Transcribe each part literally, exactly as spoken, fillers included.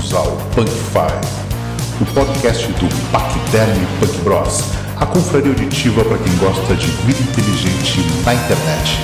bem-vindos ao Punk Five, o podcast do Pacderm Punk Bros, a confraria auditiva para quem gosta de vida inteligente na internet.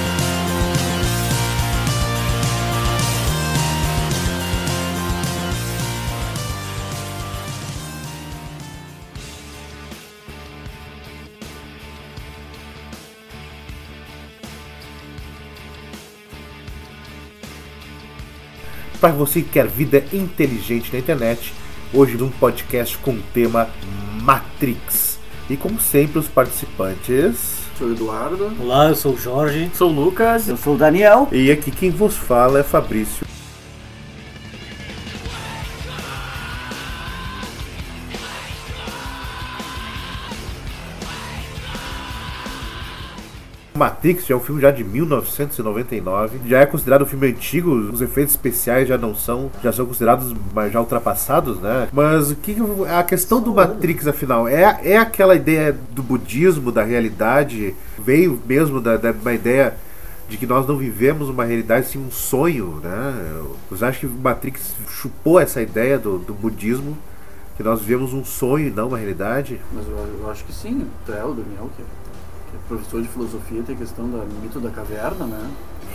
Para você que quer vida inteligente na internet, hoje num podcast com o tema Matrix. E como sempre, os participantes... Sou o Eduardo. Olá, eu sou o Jorge. Sou o Lucas. Eu sou o Daniel. E aqui quem vos fala é Fabrício. Matrix já é um filme já de mil novecentos e noventa e nove, já é considerado um filme antigo, os efeitos especiais já não são, já são considerados já ultrapassados, né? Mas o que a questão do Matrix, afinal, é, é aquela ideia do budismo, da realidade, veio mesmo da, da uma ideia de que nós não vivemos uma realidade, sim um sonho, né? Você acha que o Matrix chupou essa ideia do, do budismo, que nós vivemos um sonho e não uma realidade? Mas eu, eu acho que sim, tu é o Daniel, que professor de filosofia, tem a questão do mito da caverna, né?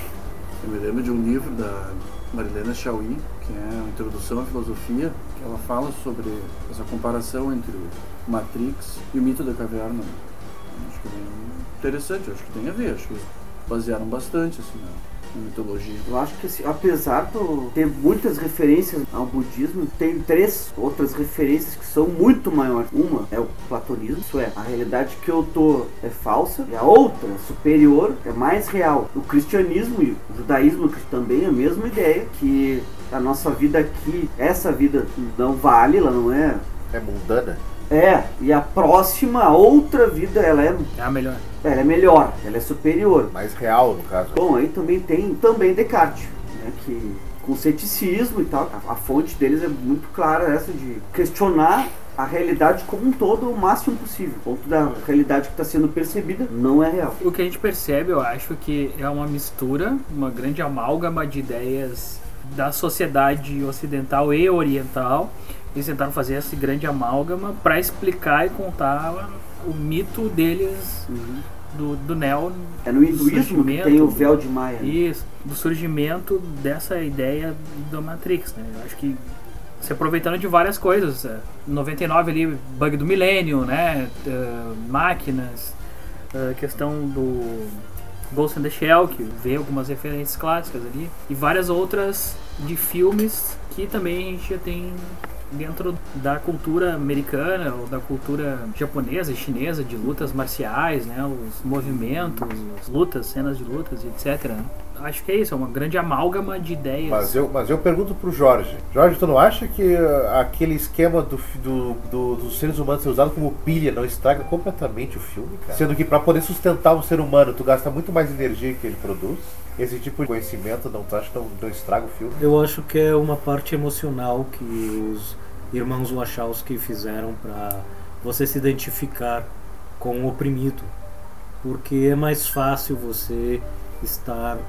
Eu me lembro de um livro da Marilena Chauí, que é a Introdução à Filosofia, que ela fala sobre essa comparação entre o Matrix e o mito da caverna. Acho que é bem interessante, acho que tem a ver, acho que eles basearam bastante assim, na mitologia. Eu acho que assim, apesar de ter muitas referências ao budismo, tem três outras referências que são muito maiores. Uma é o platonismo, isso é, a realidade que eu tô é falsa, e a outra, superior, é mais real. O cristianismo e o judaísmo, que também é a mesma ideia, que a nossa vida aqui, essa vida não vale, ela não é... É mundana? É, e a próxima, a outra vida, ela é... É a melhor. Ela é melhor, ela é superior. Mais real, no caso. Bom, aí também tem também Descartes, né, que com ceticismo e tal, a, a fonte deles é muito clara, essa de questionar a realidade como um todo o máximo possível. O ponto da realidade que está sendo percebida não é real. O que a gente percebe, eu acho que é uma mistura, uma grande amálgama de ideias da sociedade ocidental e oriental. Eles tentaram fazer esse grande amálgama para explicar e contar o mito deles, uhum. do, do Neo. É no hinduísmo que tem o véu de Maia. Isso, do surgimento dessa ideia do Matrix, né? Eu acho que se aproveitando de várias coisas. Em noventa e nove ali, bug do milênio, né? Uh, máquinas, uh, questão do Ghost in the Shell, que vê algumas referências clássicas ali, e várias outras de filmes que também a gente já tem dentro da cultura americana ou da cultura japonesa e chinesa, de lutas marciais, né, os movimentos, as lutas, cenas de lutas, etcétera. Acho que é isso, é uma grande amálgama de ideias. Mas eu, mas eu pergunto pro Jorge. Jorge, tu não acha que uh, aquele esquema do, do, do, dos seres humanos ser usado como pilha não estraga completamente o filme, cara? Sendo que para poder sustentar um ser humano, tu gasta muito mais energia que ele produz. Esse tipo de conhecimento não, tu acha que não, não estraga o filme? Eu acho que é uma parte emocional que os irmãos Wachowski fizeram para você se identificar com o oprimido. Porque é mais fácil você estar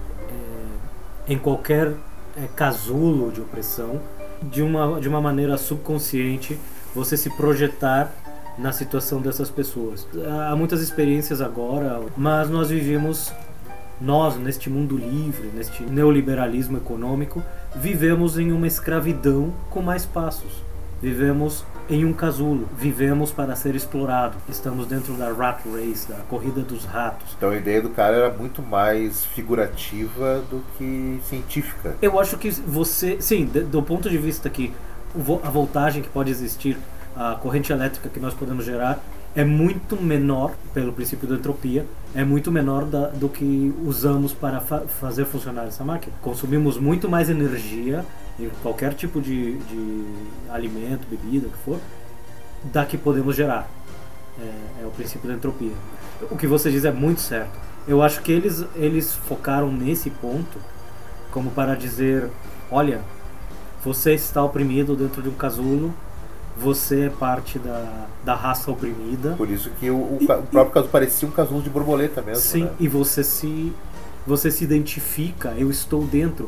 é, em qualquer é, casulo de opressão, de uma, de uma maneira subconsciente, você se projetar na situação dessas pessoas. Há muitas experiências agora, mas nós vivemos... Nós, neste mundo livre, neste neoliberalismo econômico, vivemos em uma escravidão com mais passos. Vivemos em um casulo. Vivemos para ser explorado. Estamos dentro da rat race, da corrida dos ratos. Então a ideia do cara era muito mais figurativa do que científica. Eu acho que você... Sim, do ponto de vista que a voltagem que pode existir, a corrente elétrica que nós podemos gerar, é muito menor, pelo princípio da entropia, é muito menor da, do que usamos para fa- fazer funcionar essa máquina. Consumimos muito mais energia em qualquer tipo de, de alimento, bebida, o que for, da que podemos gerar. É, é o princípio da entropia. O que você diz é muito certo. Eu acho que eles, eles focaram nesse ponto como para dizer, olha, você está oprimido dentro de um casulo, você é parte da, da raça oprimida. Por isso que o, o, e, o próprio caso parecia um casulo de borboleta mesmo. Sim, né? E você se, você se identifica, eu estou dentro.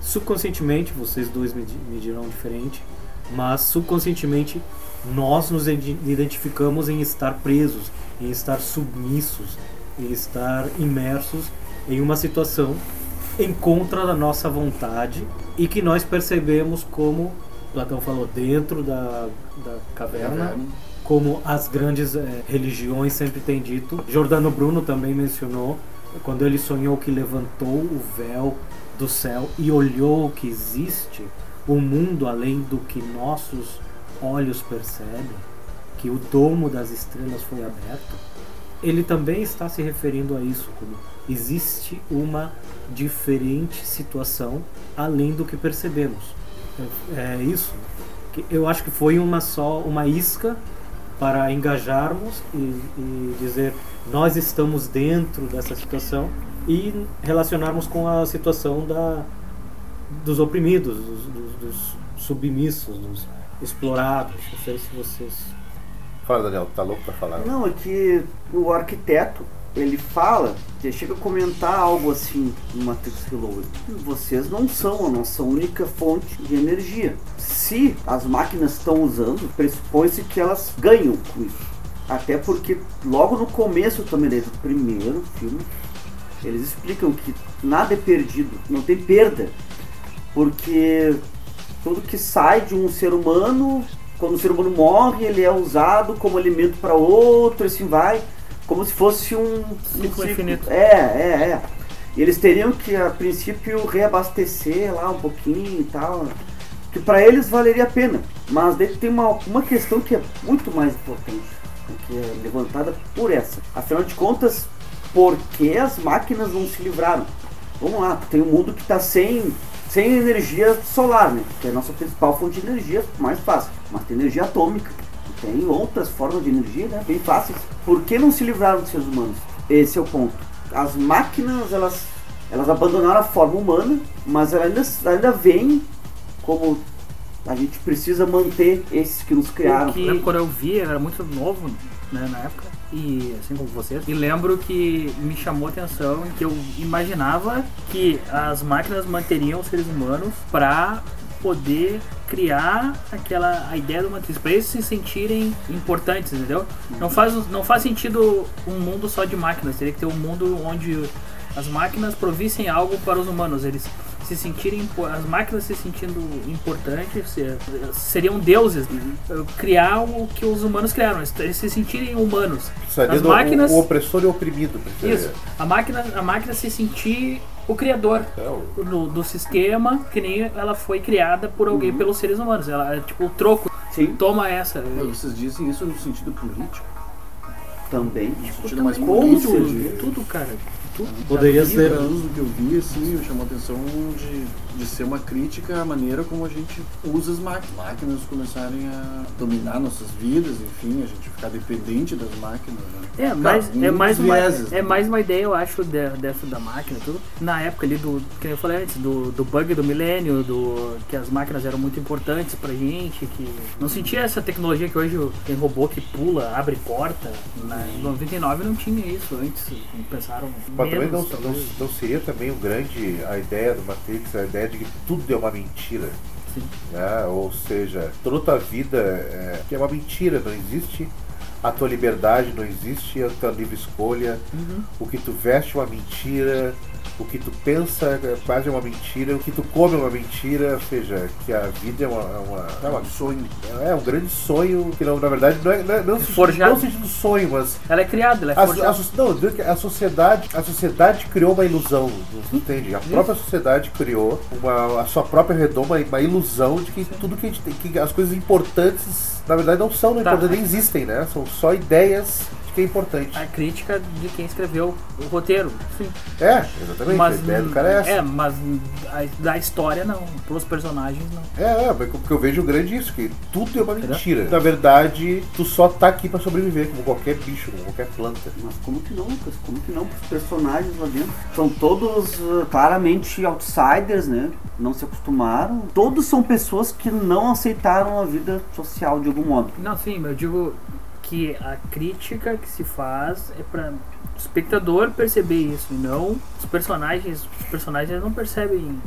subconscientemente, vocês dois me, me dirão diferente, mas subconscientemente nós nos identificamos em estar presos, em estar submissos, em estar imersos em uma situação em contra da nossa vontade e que nós percebemos como Platão falou, dentro da, da caverna, como as grandes eh, religiões sempre têm dito. Giordano Bruno também mencionou, quando ele sonhou que levantou o véu do céu e olhou que existe um mundo além do que nossos olhos percebem, que o domo das estrelas foi aberto, ele também está se referindo a isso, como existe uma diferente situação além do que percebemos. É, é isso. Eu acho que foi uma só uma isca para engajarmos e, e dizer nós estamos dentro dessa situação e relacionarmos com a situação da, dos oprimidos, dos, dos, dos submissos, dos explorados. Não sei se vocês... Fala, Daniel, tá louco pra falar? Não, é que o arquiteto, ele fala, ele chega a comentar algo assim no Matrix Reloaded. Vocês não são a nossa única fonte de energia. Se as máquinas estão usando, pressupõe-se que elas ganham com isso. Até porque logo no começo também do primeiro filme, eles explicam que nada é perdido, não tem perda. Porque tudo que sai de um ser humano, quando o ser humano morre, ele é usado como alimento para outro, assim vai, como se fosse um ciclo infinito. É, é, é. E eles teriam que, a princípio, reabastecer lá um pouquinho e tal, que para eles valeria a pena. Mas daí tem uma, uma questão que é muito mais importante, que é levantada por essa. Afinal de contas, por que as máquinas não se livraram? Vamos lá, tem um mundo que está sem... sem energia solar, né? Que é a nossa principal fonte de energia, mais fácil. Mas tem energia atômica. Tem outras formas de energia, né? Bem fáceis. Por que não se livraram dos seres humanos? Esse é o ponto. As máquinas, elas, elas abandonaram a forma humana, mas elas ainda, ainda veem como a gente precisa manter esses que nos criaram. Que, lembro quando eu vi, eu era muito novo, né, na época, e assim como vocês, e lembro que me chamou a atenção que eu imaginava que as máquinas manteriam os seres humanos para poder criar aquela a ideia do Matrix, para eles se sentirem importantes, entendeu? Não faz, não faz sentido um mundo só de máquinas, teria que ter um mundo onde as máquinas provissem algo para os humanos, eles se sentirem, as máquinas se sentindo importantes, seriam deuses, criar o que os humanos criaram, eles se sentirem humanos. As máquinas, o, o opressor e o oprimido. Isso, a máquina, a máquina se sentir o criador é o... Do, do sistema, que nem ela foi criada por alguém, uhum. pelos seres humanos, ela é tipo o troco. Sim. Toma essa. Vocês dizem isso no sentido político? Também. No sentido mais político, tudo, de... tudo, cara. Tudo. Poderia ser. ser. O que eu vi, assim, me chamou a atenção de, de ser uma crítica à maneira como a gente usa as máquinas. As máquinas começarem a dominar nossas vidas, enfim, a gente ficar dependente das máquinas. Né? É, Cara, mais, é, mais uma, vieses, é né? mais uma ideia, eu acho, de, dessa da máquina, tudo. Na época ali do, que eu falei antes, do, do bug do milênio, do, que as máquinas eram muito importantes pra gente, que não sentia essa tecnologia que hoje tem robô que pula, abre porta. Na, em noventa e nove não tinha isso, antes pensaram. Mas também não, menos, não, não seria também o grande, a ideia do Matrix, a ideia de que tudo é uma mentira. Sim. Né? Ou seja, toda a tua vida é, é uma mentira, não existe a tua liberdade, não existe a tua livre escolha, uhum. O que tu veste é uma mentira, o que tu pensa é quase uma mentira, o que tu come é uma mentira, ou seja, que a vida é uma, uma, é uma um sonho. É um grande sonho, que não, na verdade não é, não é não, forjado. Não no sentido do sonho, mas ela é criada, ela é a, forjada. a, não, a sociedade, a sociedade criou uma ilusão, entende? A própria sociedade criou uma, a sua própria redoma, uma ilusão de que tudo que a gente tem, que as coisas importantes na verdade não são, não tá. importantes, nem existem, né? São só ideias de que é importante. A crítica de quem escreveu o roteiro, sim. É, exatamente. Mas, a ideia do cara é essa. É, mas a, da história não, pros personagens não. É, é, porque eu vejo grande isso, que tudo é uma mentira. Na verdade, tu só tá aqui pra sobreviver, como qualquer bicho, como qualquer planta. Mas como que não, Lucas? Como que não? Os personagens lá dentro são todos uh, claramente outsiders, né? Não se acostumaram. Todos são pessoas que não aceitaram a vida social de algum modo. Não, sim, eu digo que a crítica que se faz é para o espectador perceber isso, e não os personagens. Os personagens não percebem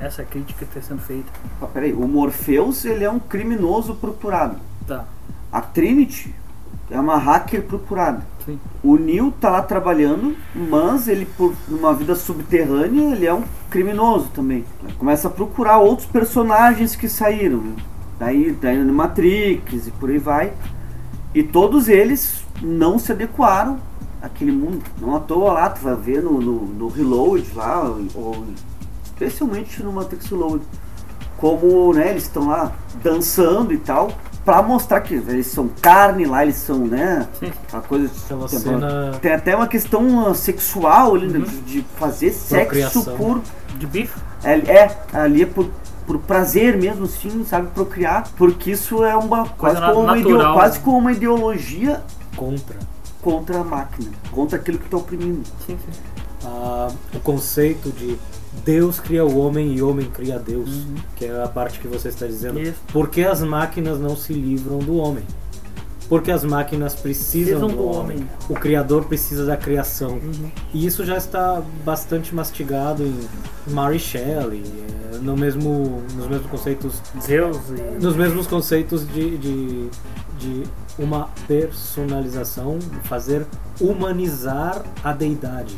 Essa crítica que está sendo feita. Ah, peraí, o Morpheus, ele é um criminoso procurado. Tá. A Trinity é uma hacker procurada. Sim. O Neo tá lá trabalhando, mas ele, por uma vida subterrânea, ele é um criminoso também. Começa a procurar outros personagens que saíram, né? Daí, daí no Matrix e por aí vai. E todos eles não se adequaram àquele mundo. Não à toa lá, tu vai ver no, no, no Reload lá, ou especialmente no Matrix Reload, como, né, eles estão lá dançando e tal, pra mostrar que eles são carne lá, eles são, né, a coisa... Aquela tem, cena... tem até uma questão sexual ali, Uhum. de, de fazer sexo Procriação. por... De bife? É, é, ali é por, por prazer mesmo, sim, sabe, procriar, porque isso é uma quase Coisa como uma, ideo, natural. quase como uma ideologia Contra. contra a máquina, contra aquilo que está oprimindo. Sim, sim. Ah, o conceito de Deus cria o homem e homem cria Deus, Uhum. que é a parte que você está dizendo. Isso. Por que as máquinas não se livram do homem? Porque as máquinas precisam, Precisam do, do homem. homem. O Criador precisa da criação. Uhum. E isso já está bastante mastigado em Mary Shelley, é, no mesmo, nos mesmos conceitos, Zeus e... nos mesmos conceitos de, de, de uma personalização, fazer humanizar a deidade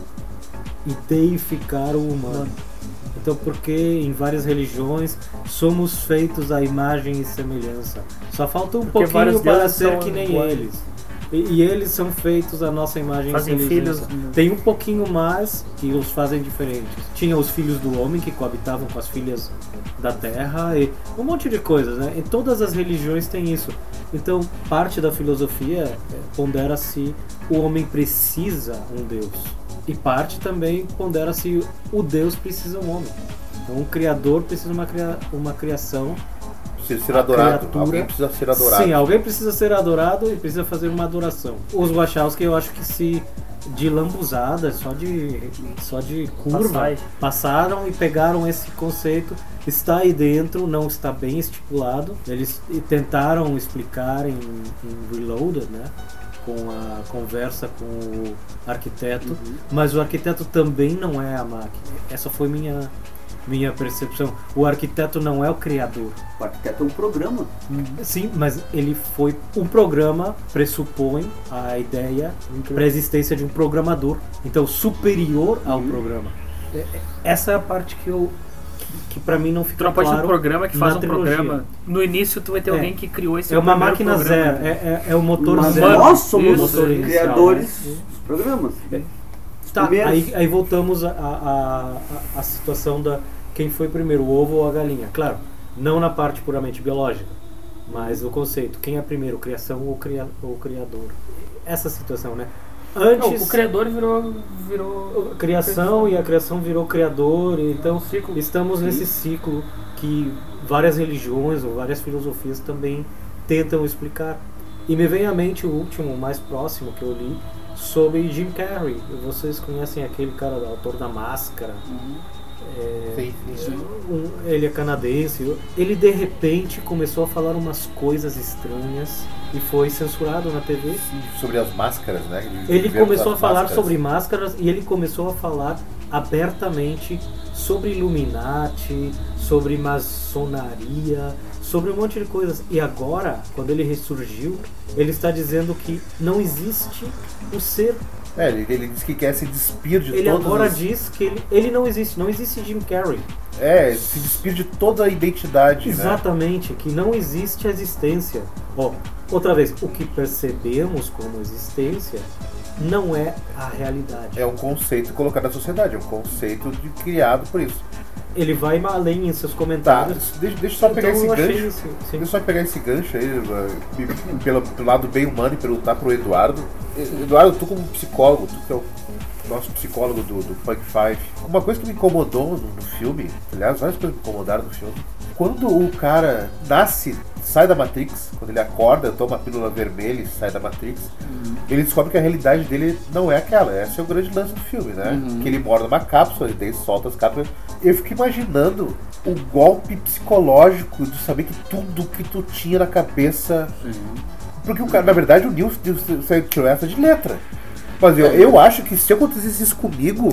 e deificar o humano. Então, porque em várias religiões somos feitos à imagem e semelhança. Só falta um Porque vários pouquinho para deuses ser são que nem iguais. eles. E, e eles são feitos à nossa imagem Fazem e semelhança. filhos. Tem um pouquinho mais que os fazem diferentes. Tinha os filhos do homem que coabitavam com as filhas da terra e um monte de coisas, né? Em todas as religiões tem isso. Então, parte da filosofia é, pondera-se o homem precisa um Deus. E parte também pondera-se o Deus precisa um homem. Então, um criador precisa de uma, cria, uma criação. Precisa ser A adorado. criatura- Alguém precisa ser adorado. Sim, alguém precisa ser adorado e precisa fazer uma adoração. Os Wachowski, eu acho que se de lambuzada, só de, só de curva, Passagem. passaram e pegaram esse conceito. Está aí dentro, não está bem estipulado. Eles tentaram explicar em, em Reloaded, né? Com a conversa com o arquiteto, Uhum. mas o arquiteto também não é a máquina. Essa foi minha minha percepção. O arquiteto não é o criador. O arquiteto é um programa. Sim, mas ele foi um programa, pressupõe a ideia para a existência de um programador, então superior ao Uhum. programa. É- é- Essa é a parte que eu que, que para mim não Tu fica não pode ter claro um programa que faz na um trilogia. programa. No início tu vai ter É. alguém que criou esse É uma primeiro máquina programa. zero, é, é, é o motor Mas zero. nós somos Isso, os motor inicial, criadores né? dos programas. Tá, primeiros. aí, aí voltamos à a, a, a situação da quem foi primeiro, o ovo ou a galinha. Claro, não na parte puramente biológica, mas o conceito, quem é primeiro, criação ou, cria, ou criador. Essa situação, né? Antes, Não, o criador virou... virou... criação e a criação virou criador, então Ciclo. estamos nesse ciclo que várias religiões ou várias filosofias também tentam explicar. E me vem à mente o último, o mais próximo que eu li, sobre Jim Carrey. Vocês conhecem aquele cara, o autor da Máscara? É, Sim, sim. um- ele é canadense. Ele de repente começou a falar umas coisas estranhas e foi censurado na T V. Sobre as máscaras, né? De Ele ver começou a as falar máscaras. sobre máscaras e ele começou a falar abertamente sobre Illuminati, sobre maçonaria, sobre um monte de coisas. E agora, quando ele ressurgiu, ele está dizendo que não existe o ser. É, ele, ele diz que quer se despir de Ele todas agora as... diz que ele, ele não existe, não existe Jim Carrey. É, se despir de toda a identidade, né? Exatamente, que não existe a existência. Ó, outra vez, o que percebemos como existência não é a realidade. É um conceito colocado na sociedade, é um conceito de, criado por isso. Ele vai além em seus Tá, comentários. deixa, deixa eu só pegar Então, esse eu achei gancho. isso, sim. Deixa eu só pegar esse gancho aí, uh, e- pelo, pelo lado bem humano, e perguntar pro Eduardo. E- Eduardo, tu como psicólogo, tu que é o nosso psicólogo do, do Punk Five, uma coisa que me incomodou no, no filme, aliás, várias coisas me incomodaram no filme, quando o cara nasce, sai da Matrix, quando ele acorda, toma a pílula vermelha e sai da Matrix, ele descobre que a realidade dele não é aquela. Esse é o grande lance do filme, né? Uhum. Que ele mora numa cápsula, ele daí solta as cápsulas. Eu fico imaginando o golpe psicológico de saber que tudo que tu tinha na cabeça. Porque o cara, na verdade, o Neo tirou essa de letra. Mas eu, eu acho que se acontecesse isso comigo,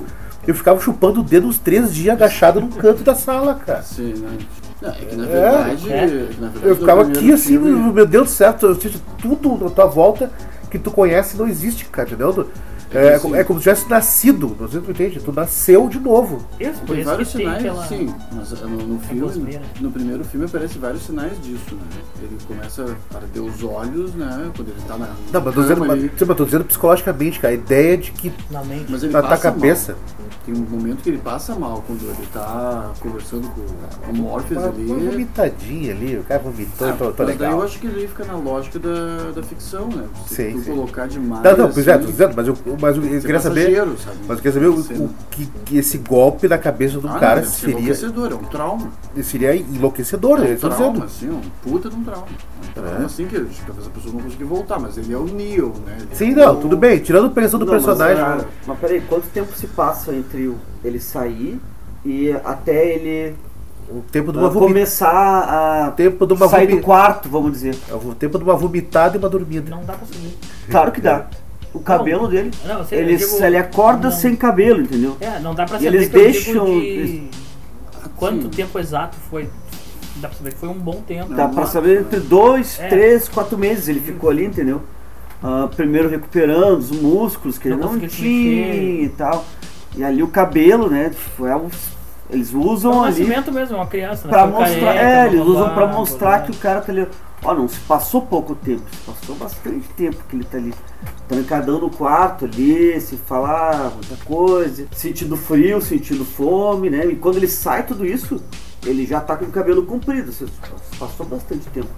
Eu ficava chupando o dedo uns três dias agachado num canto da sala, cara. Sim, né? Não, é que na É, verdade. é. Na verdade Eu ficava no aqui primeiro assim, filme- meu Deus do céu, eu sinto tudo na tua volta que tu conhece não existe, cara, entendeu? É, Assim, é como se tivesse nascido, não sei se tu entende, tu nasceu de novo. Isso, por Tem isso vários que tem sinais, aquela... sim, mas no, no filme, atmosfera. no primeiro filme aparece vários sinais disso, né? Ele começa a arder os olhos, né? Quando ele tá na Não, mas tô dizendo, cama mas, ali. sim, mas tô dizendo psicologicamente, cara, a ideia de que Na mente. Mas ele na tua passa cabeça. mal. Tem um momento que ele passa mal quando ele tá conversando com o Morpheus Uma, ali. uma vomitadinha ali, o cara vomitou, Ah, tô, tô mas daí legal. eu acho que ele fica na lógica da, da ficção, né? Se Sim, tu sim. colocar demais. Não, não, pois é, assim, tô dizendo, mas eu, mas eu, eu ser queria saber. passageiro, sabe? Mas eu queria saber o, Sim. o que, que esse golpe na cabeça do Ah, cara deve ser seria, enlouquecedor, é um trauma. seria enlouquecedor, É eu um tô trauma, dizendo. assim, um puta de um trauma. Um trauma É. assim que talvez a pessoa não conseguir voltar, mas ele é o Neo, né? Ele Sim, é não, o- tudo bem, tirando o pensão do Não, mas, personagem. ah, Mas, peraí, quanto tempo se passa entre o- ele sair e até ele O tempo de ah, uma vomitada. começar a Tempo de uma sair vomi- do quarto, vamos dizer? O tempo de uma vomitada e uma dormida. Não dá pra subir. Claro que dá. O cabelo dele, Não, eu sei, eu ele, digo- ele acorda não- sem cabelo, entendeu? É, não dá pra E saber eles que eu digo deixam- de quanto Sim. tempo exato foi. Dá pra saber que foi um bom tempo. Dá Não, pra não, saber entre dois, É. três, quatro meses ele ficou ali, entendeu? Ah, primeiro recuperando os músculos que Não ele não conseguia se tinha mexer. e tal. E ali o cabelo, né? Tipo, é um- eles É usam um ali nascimento mesmo, uma criança. pra nasceu mostrar. careca, É, eles blá, blá, usam pra blá, mostrar blá, que blá. o cara tá ali. Ó, não se passou pouco tempo, se passou bastante tempo que ele tá ali. Trancadão no quarto ali, se falar muita coisa, sentindo frio, sentindo fome, né? E quando ele sai tudo isso, ele já tá com o cabelo comprido. Você passou bastante tempo.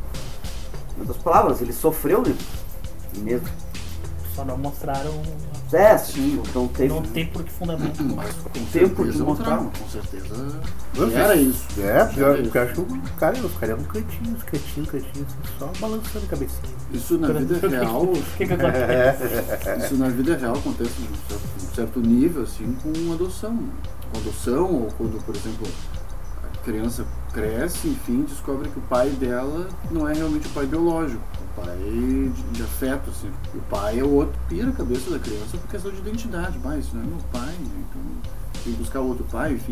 Em outras palavras, ele sofreu, né? Mesmo. Só não mostraram. É, sim, então teve. Não tem por que fundamento. Mas com tempo certeza de é um mostrar. trauma, com certeza. Não, Era isso. É, eu, Era eu isso. acho que o cara eu ficaria num cantinho, cantinho, cantinho, assim, só balançando a cabecinha. Isso na vida real. O que que acontece? Isso na vida real acontece num certo, num certo nível, assim, com adoção. né? Com adoção, ou quando, por exemplo, a criança cresce, enfim, descobre que o pai dela não é realmente o pai biológico. O pai de, de afeto, assim. E o pai é o outro, pira a cabeça da criança por questão de identidade. Mas isso não é meu pai, né? Então tem que buscar outro pai, enfim.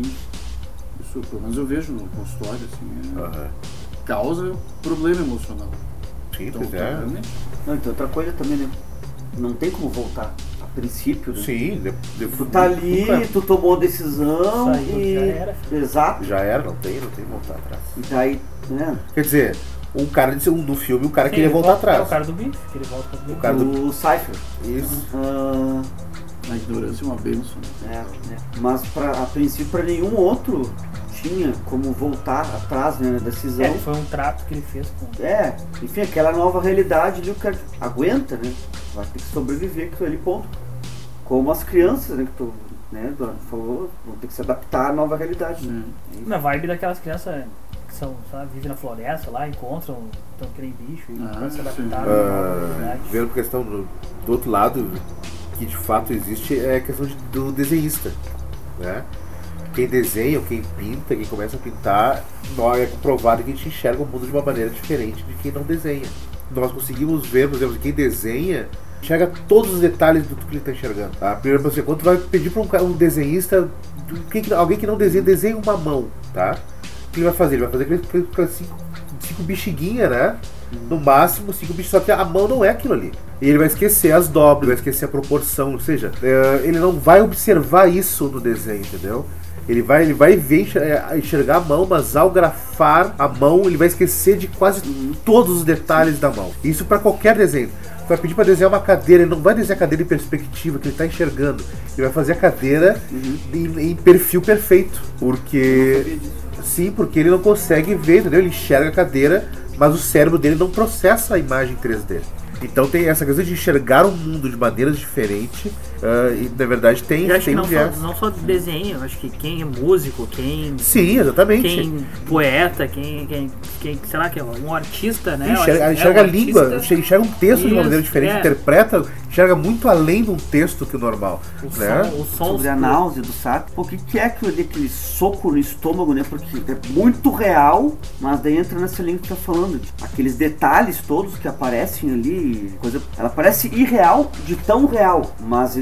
Isso, pelo menos eu vejo no consultório, assim, é, Aham. causa problema emocional. Sim, Então, pois é. realmente, Não, então outra coisa também, né? Não tem como voltar. A princípio, né? Sim, de, de, Tu tá ali, nunca- tu tomou a decisão Saiu, e. já era. Exato. Já era, não tem, não tem voltar atrás. E daí, né? Quer dizer, um cara disse no filme, o cara Sim, queria ele voltar volta- atrás. É o cara do bife, que ele volta pro bife. cara do- O Cypher. Isso. Ah, a ignorância é uma bênção. é, né? Mas pra, a princípio pra nenhum outro tinha como voltar atrás, né, na decisão. É, foi um trato que ele fez com. É, enfim, aquela nova realidade ali o cara aguenta, né? Vai ter que sobreviver com aquilo ali, ponto. Como as crianças, né, que tu, né, Eduardo falou, vão ter que se adaptar à nova realidade, né? Na vibe daquelas crianças que são, sabe, vivem na floresta lá, encontram, estão que nem bicho e Ah, pra se sim. adaptar à nova Ah, realidade. vendo a questão do, do outro lado, que de fato existe, é a questão de- do desenhista, né? Quem desenha, ou quem pinta, quem começa a pintar, nós é comprovado que a gente enxerga o mundo de uma maneira diferente de quem não desenha. Nós conseguimos ver, por exemplo, quem desenha enxerga todos os detalhes do que ele está enxergando. Tá? Primeiro, você, quando tu vai pedir para um, ca- um desenhista, quem que- alguém que não desenha, desenha uma mão, tá? O que ele vai fazer? Ele vai fazer aqueles aqueles cinco, cinco bexiguinhas, né? No máximo, cinco bichos, só que a mão não é aquilo ali. E ele vai esquecer as dobras, vai esquecer a proporção, ou seja, é, ele não vai observar isso no desenho, entendeu? Ele vai, ele vai ver, enxer- é, enxergar a mão, mas ao grafar a mão, ele vai esquecer de quase todos os detalhes da mão. Isso para qualquer desenho. Tu vai pedir para desenhar uma cadeira, ele não vai desenhar a cadeira em perspectiva, que ele está enxergando. Ele vai fazer a cadeira em, em perfil perfeito. Porque. Sim, porque ele não consegue ver, entendeu? Ele enxerga a cadeira, mas o cérebro dele não processa a imagem em três D. Então tem essa questão de enxergar o mundo de maneiras diferentes. ah, e na verdade tem, Eu acho que tem um não só, viés. não só desenho, eu acho que quem é músico, quem, Sim, exatamente. quem poeta, quem, quem, quem, sei lá, que é um artista, né? Eu Enxerga, acho- enxerga é, a um língua, artista, enxerga um texto de uma Isso, maneira diferente, é. interpreta, enxerga muito além de um texto que o normal. o né? som, o som Sobre a náusea do saco. Pô, o que, que é aquilo ali, aquele soco no estômago, né? Porque é muito real, mas daí entra nessa linha que tu tá falando. Tipo, aqueles detalhes todos que aparecem ali, coisa, ela parece irreal de tão real, mas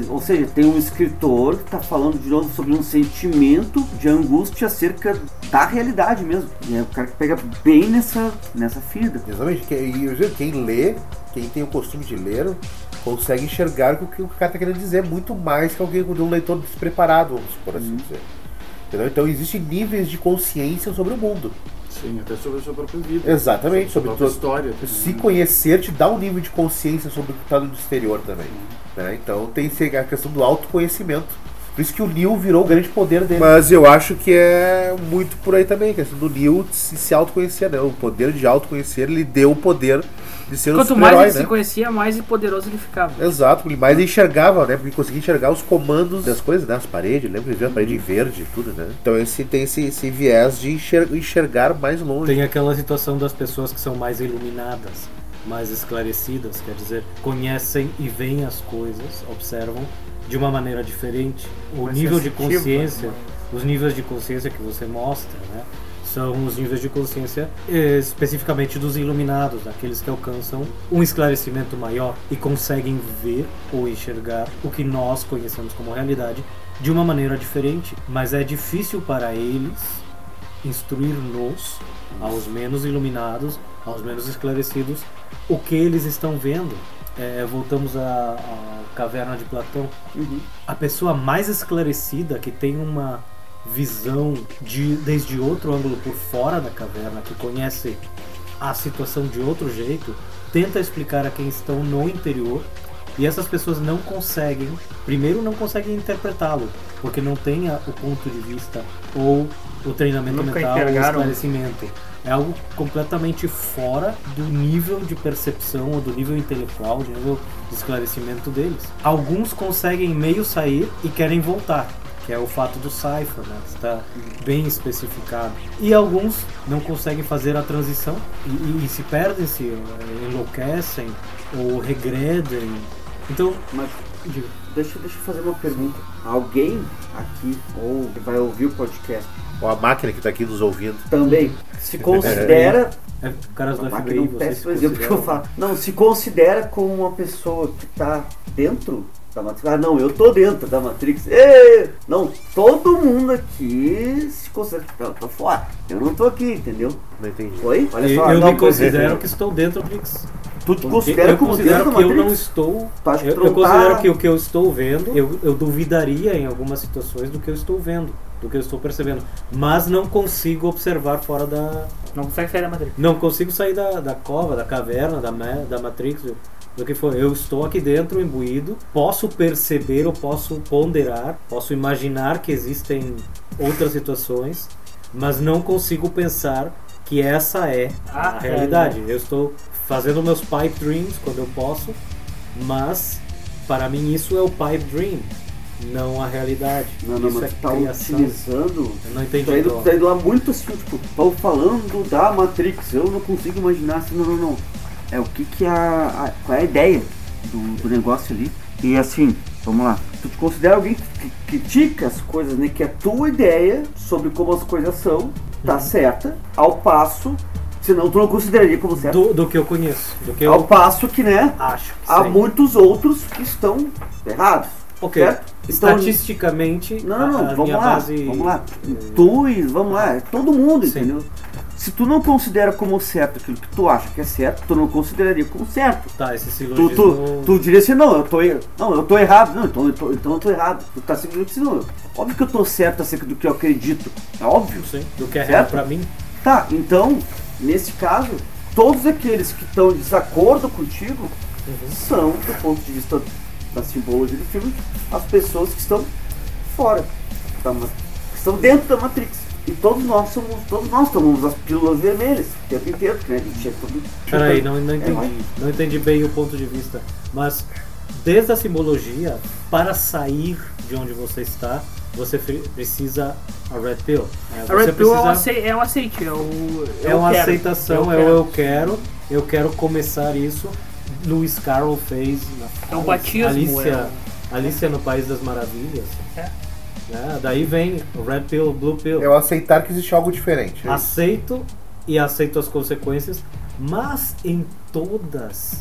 ou seja, tem um escritor que está falando de novo sobre um sentimento de angústia acerca da realidade mesmo. E é o cara que pega bem nessa, nessa ferida. Exatamente. E quem lê, quem tem o costume de ler, consegue enxergar o que o cara está querendo dizer muito mais que alguém de um leitor despreparado, vamos por assim hum. dizer. Entendeu? Então existem níveis de consciência sobre o mundo. Sim, até sobre a sua própria vida. Exatamente, sobre, sobre a sobre própria história. Se conhecer te dá um nível de consciência sobre o que está no exterior também. Hum. Né? Então tem a questão do autoconhecimento. Por isso que o Neo virou o grande poder dele. Mas eu acho que é muito por aí também, a questão do Neo se, se autoconhecer, né? O poder de autoconhecer lhe deu o poder de ser um Quanto super-herói, mais ele né? se conhecia, mais poderoso ele ficava. Exato, porque mais ele enxergava, né? Porque conseguia enxergar os comandos das coisas, né? As paredes, lembra? Ele viu a parede em verde e tudo, né? Então esse, tem esse, esse viés de enxergar, enxergar mais longe. Tem aquela situação das pessoas que são mais iluminadas, mais esclarecidas, quer dizer, conhecem e veem as coisas, observam de uma maneira diferente. O mais nível de sensitivo, consciência, né? os níveis de consciência que você mostra, né? São os níveis de consciência eh, especificamente dos iluminados, daqueles que alcançam um esclarecimento maior e conseguem ver ou enxergar o que nós conhecemos como realidade de uma maneira diferente. Mas é difícil para eles instruir-nos, aos menos iluminados, aos menos esclarecidos, o que eles estão vendo. É, voltamos à, à caverna de Platão. Uhum. A pessoa mais esclarecida, que tem uma visão de, desde outro ângulo por fora da caverna, que conhece a situação de outro jeito, tenta explicar a quem estão no interior, e essas pessoas não conseguem, primeiro não conseguem interpretá-lo, porque não tem a, o ponto de vista ou o treinamento Nunca mental ou o enxergaram. esclarecimento. É algo completamente fora do nível de percepção ou do nível intelectual, do nível de esclarecimento deles. Alguns conseguem meio sair e querem voltar, que é o fato do Cypher, né? Está bem especificado. E alguns não conseguem fazer a transição e, e, e se perdem, se enlouquecem ou regredem. Então, Mas diga, deixa, deixa eu fazer uma pergunta. Alguém aqui, ou que vai ouvir o podcast, Ou a máquina que está aqui nos ouvindo. também se considera... é, caras do A F máquina B I, não vocês peço o exemplo que eu consideram- falo. Não, se considera como uma pessoa que está dentro da Matrix. Ah, não, eu tô dentro da Matrix. Ê! Não, todo mundo aqui se considera. Não, eu tô fora. Eu não tô aqui, entendeu? Não entendi. Oi? Olha Eu, só. eu não, me considero que estou dentro do Matrix. Tu te considera eu como considero dentro da que eu não Matrix? estou. Tu acha que Eu, tu eu não considero tá- que o que eu estou vendo, eu, eu duvidaria em algumas situações do que eu estou vendo, do que eu estou percebendo. Mas não consigo observar fora da. Não consegue sair da Matrix. Não consigo sair da, da cova, da caverna, da, ma- da Matrix, do que for. Eu estou aqui dentro, imbuído, posso perceber, eu posso ponderar, posso imaginar que existem outras situações, mas não consigo pensar que essa é a Ah, realidade. Eu estou fazendo meus pipe dreams quando eu posso, mas para mim isso é o pipe dream, não a realidade. Não, não, isso mas é tu tá criação. utilizando. Eu não entendi. Tu tá indo, então. tu tá indo lá muito assim, tipo, tô falando da Matrix, eu não consigo imaginar assim, não, não, não. É o que que é a, a qual é a ideia do, do negócio ali. E assim, vamos lá. Tu te considera alguém que, que critica as coisas, né? Que a tua ideia sobre como as coisas são tá Uhum. certa, ao passo, senão tu não consideraria como certo. do, do que eu conheço, do que Ao eu passo que, né? acho que Há sei. muitos outros que estão errados. Ok. Certo? Então, Estatisticamente, Não, não, a, não, a vamos minha lá, base. vamos lá. Tu e vamos lá, é todo mundo, Sim. entendeu? Se tu não considera como certo aquilo que tu acha que é certo, tu não consideraria como certo. Tá, esse Tu, silogismo. tu, tu diria assim, não, eu tô, er- não, eu tô errado, não, então eu tô, então eu tô errado. Tu tá simplesmente assim, não, óbvio que eu tô certo acerca do que eu acredito, é óbvio. Sim, do que é real Certo? pra mim. Tá, então, nesse caso, todos aqueles que estão em desacordo contigo são, do ponto de vista da simbologia do filme, as pessoas que estão fora, da, ma- que estão dentro da Matrix. E todos nós somos, todos nós tomamos as pílulas vermelhas o tempo inteiro, né? A gente é todo... Peraí, não, não É, entendi. vai. Não entendi bem o ponto de vista. Mas, desde a simbologia, para sair de onde você está, você fe- precisa a Red Pill. né? A Você Red Pill é, um precisa- ace- é um aceite, é, o, é eu uma quero, aceitação, é o eu quero, eu quero começar isso. Lewis Carroll fez na É um batismo, Alicia, é Alicia no País das Maravilhas. É. Né? Daí vem o Red Pill, Blue Pill. É o aceitar que existe algo diferente. é isso. Aceito e aceito as consequências, mas em todas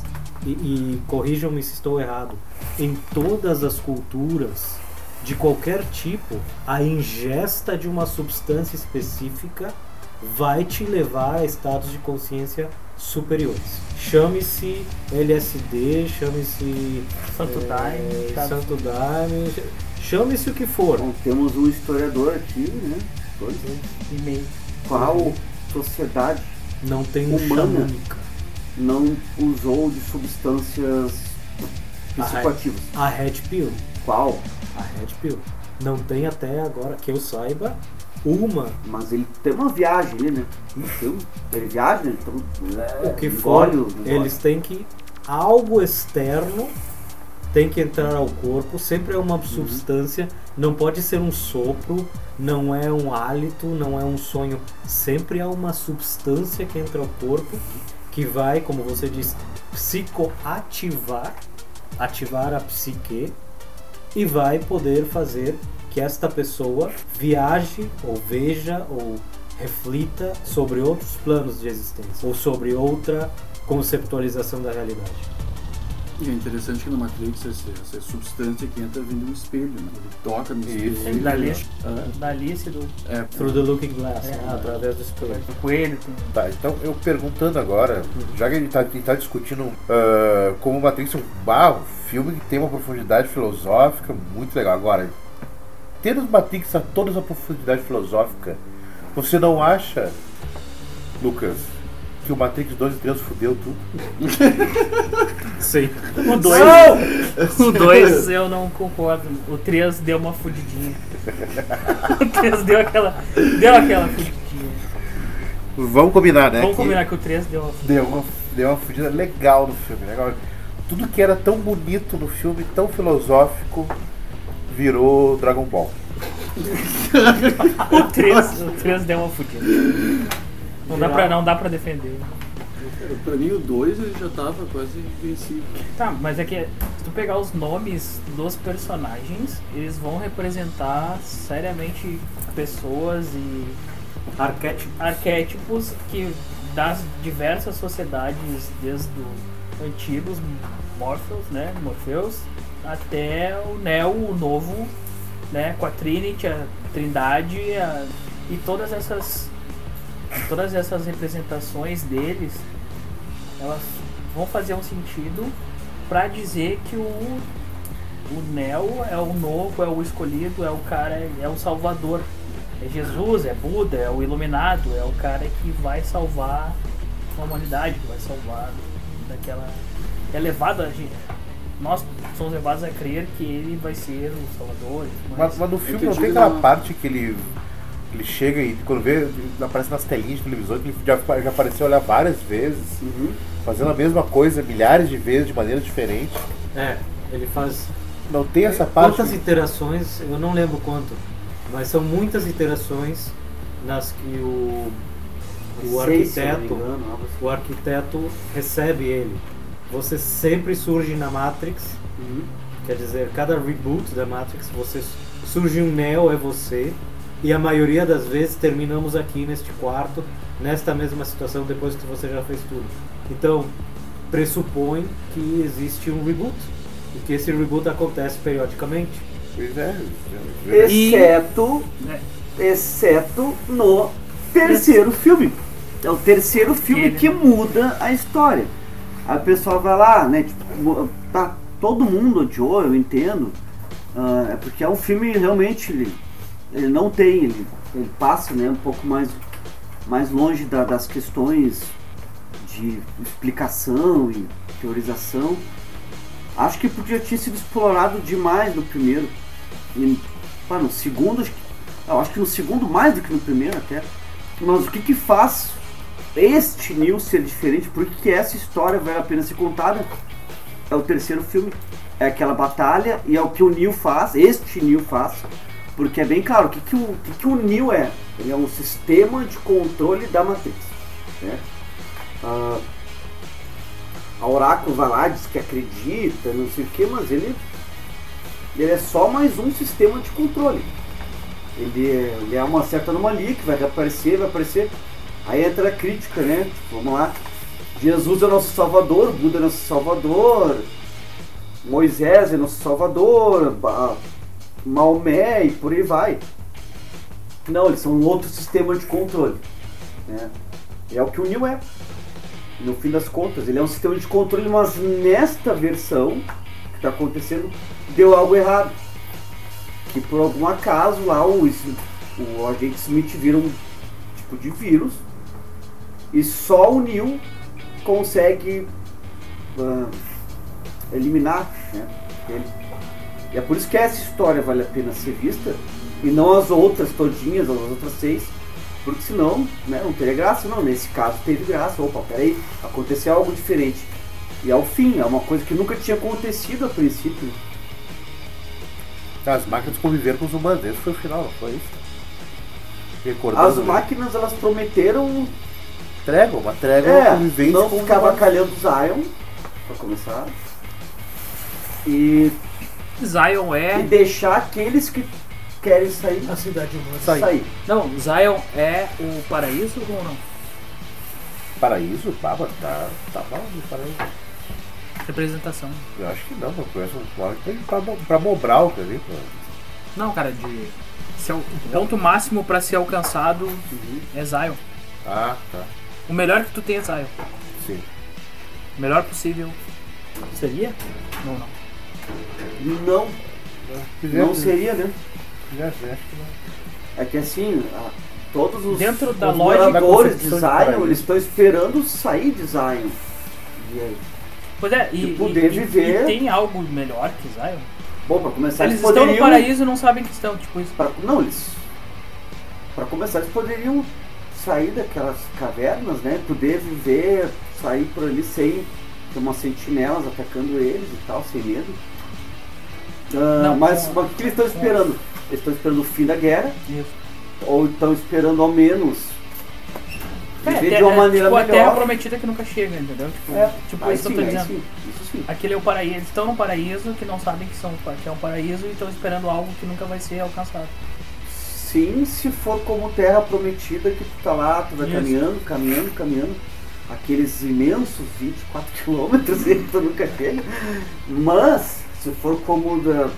e, e corrijam-me se estou errado, em todas as culturas de qualquer tipo, a ingesta de uma substância específica vai te levar a estados de consciência superiores. Chame-se L S D, chame-se Santo é, Daime, tá? Santo Daime, chame-se o que for. Bom, temos um historiador aqui, né? Dois. E meio. Qual sociedade Não tem um Humana. xamânica. não usou de substâncias psicoativas? A Red Pill. Qual? A Red Pill. Não tem até agora, que eu saiba, uma. Mas ele tem uma viagem ali, né? Então, ele viaja, né? Então, O que engole for, o- engole. eles têm que. Algo externo tem que entrar ao corpo, sempre é uma substância, não pode ser um sopro, não é um hálito, não é um sonho, sempre é uma substância que entra ao corpo, que vai, como você diz, psicoativar, ativar a psique, e vai poder fazer que esta pessoa viaje, ou veja, ou reflita sobre outros planos de existência, ou sobre outra conceptualização da realidade. E é interessante que no Matrix essa, essa substância que entra vem de um espelho, né? Ele toca no Isso. espelho. Sim, da Alice, Ah, da Alice do é, Through the Looking Glass, É. né, através do espelho. do coelho. Tem... Tá, então eu perguntando agora, já que a gente tá, a gente tá discutindo ah, como Matrix é um, ah, um filme que tem uma profundidade filosófica muito legal. Agora, tendo Matrix a toda essa profundidade filosófica, você não acha, Lucas, que o Matrix dois e três fudeu tudo? Sim. O dois o dois eu não concordo. O três deu uma fudidinha. O três deu aquela. Deu aquela fudidinha. Vamos combinar, né? Vamos que combinar que o três deu uma Deu uma, deu uma fudida legal no filme. Legal. Tudo que era tão bonito no filme, tão filosófico, virou Dragon Ball. O três, o três deu uma fudida. Não dá pra, não dá pra defender. pra mim o dois ele já tava quase vencido. Tá, mas é que se tu pegar os nomes dos personagens, eles vão representar seriamente pessoas e Arquétipo. arquétipos que das diversas sociedades, desde os antigos Morpheus, né, Morpheus, até o Neo, o novo, né, com a Trinity, a Trindade, a, e todas essas todas essas representações deles, elas vão fazer um sentido para dizer que o o Neo é o novo, é o escolhido, é o cara, é o salvador. É Jesus, é Buda, é o iluminado, é o cara que vai salvar a humanidade, que vai salvar daquela... É levado a gente... Nós somos levados a crer que ele vai ser o salvador. Mas, mas no filme que eu não tem digo aquela na- parte que ele, ele chega e quando vê, ele aparece nas telinhas de televisão, que ele já, já apareceu lá várias vezes, Uhum. fazendo a mesma coisa milhares de vezes, de maneira diferente. É, ele faz. Não tem essa parte. Quantas iterações, eu não lembro quanto, mas são muitas iterações nas que o, o Seis, se eu não me arquiteto engano, algo assim. o arquiteto recebe ele. Você sempre surge na Matrix, Uhum. quer dizer, cada reboot da Matrix, você surge um Neo, é você, e a maioria das vezes terminamos aqui neste quarto, nesta mesma situação depois que você já fez tudo. Então, pressupõe que existe um reboot, e que esse reboot acontece periodicamente. Pois é. Exceto, né, exceto no terceiro filme. É o terceiro filme Ele- que muda a história. Aí o pessoal vai lá, né? Tipo, tá, todo mundo odiou, eu entendo. Ah, é porque é um filme realmente. Ele, ele não tem, ele, ele passa, né, um pouco mais, mais longe da- das questões de explicação e teorização. Acho que podia ter sido explorado demais no primeiro. E, pá, no segundo, acho que, eu acho que no segundo mais do que no primeiro até. Mas o que que faz este Neo ser diferente? Por que que essa história vale a pena ser contada? É o terceiro filme. É aquela batalha e é o que o Neo faz, este Neo faz. Porque é bem claro, o que que o, o que que o Neo é? Ele é um sistema de controle da Matrix. Né? Ah, a Oracle vai lá, diz que acredita, não sei o que, mas ele, ele é só mais um sistema de controle. Ele é, ele é uma certa anomalia que vai reaparecer, vai aparecer. Aí entra a crítica, né? Vamos lá. Jesus é nosso salvador, Buda é nosso salvador, Moisés é nosso salvador, Ba- Maomé e por aí vai. Não, eles são um outro sistema de controle, né? É o que o Neo é. No fim das contas, ele é um sistema de controle, mas nesta versão que está acontecendo, deu algo errado. Que por algum acaso lá o, o agente Smith vira um tipo de vírus e só o Neo consegue uh, eliminar, né, ele. E é por isso que essa história vale a pena ser vista e não as outras todinhas, as outras seis, porque senão, né, não teria graça. Não, nesse caso teve graça. Opa, peraí, aconteceu algo diferente. E ao fim, é uma coisa que nunca tinha acontecido a princípio. As máquinas conviveram com os humanos, esse foi o final, não foi isso? Recordando, As né? máquinas, elas prometeram Trégua, uma trégua, é, convivência não com os ficar humanos. avacalhando Zion, pra começar, e, Zion e é. deixar aqueles que querem sair, A cidade humana. Sair. sair. Não, Zion é o paraíso ou não? Paraíso? Baba, tá, tá mal no paraíso. Representação. Eu acho que não, não conheço um plano que tem pra, Mo- pra Mobral, quer ver? Não, cara, de. Se é o o ponto máximo pra ser alcançado é Zion. Ah, tá. O melhor que tu tem é Zion. Sim. O melhor possível. Seria? Não, não. Não, Fizemos, não seria, né? fizemos, acho que não. É que assim, a- todos os, Dentro da os lógica da moradores de concepção de Zion, paraíso. eles estão esperando sair de Zion. E aí, Pois é, e, De poder e- e- viver. e tem algo melhor que Zion? bom, pra começar, Eles eles, estão poderiam... no paraíso e não sabem que estão, tipo isso. Pra, não, eles... Pra começar, eles poderiam sair daquelas cavernas, né? Poder viver, sair por ali sem ter umas sentinelas atacando eles e tal, sem medo. Ah, Não, mas com- mas o que eles estão esperando? Eles estão esperando o fim da guerra, Isso. ou estão esperando ao menos viver É, de uma é, maneira tipo, a terra melhor. prometida que nunca chega, entendeu? Tipo, É, tipo aí isso que eu sim, tô aí dizendo. sim, isso sim. Aquele é o paraíso. Eles estão no paraíso que não sabem que, são, que é um paraíso e estão esperando algo que nunca vai ser alcançado. Sim, se for como terra prometida, que tu tá lá, tu vai Isso. caminhando, caminhando, caminhando, aqueles imensos vinte e quatro quilômetros que tu nunca chega. Mas, se for como da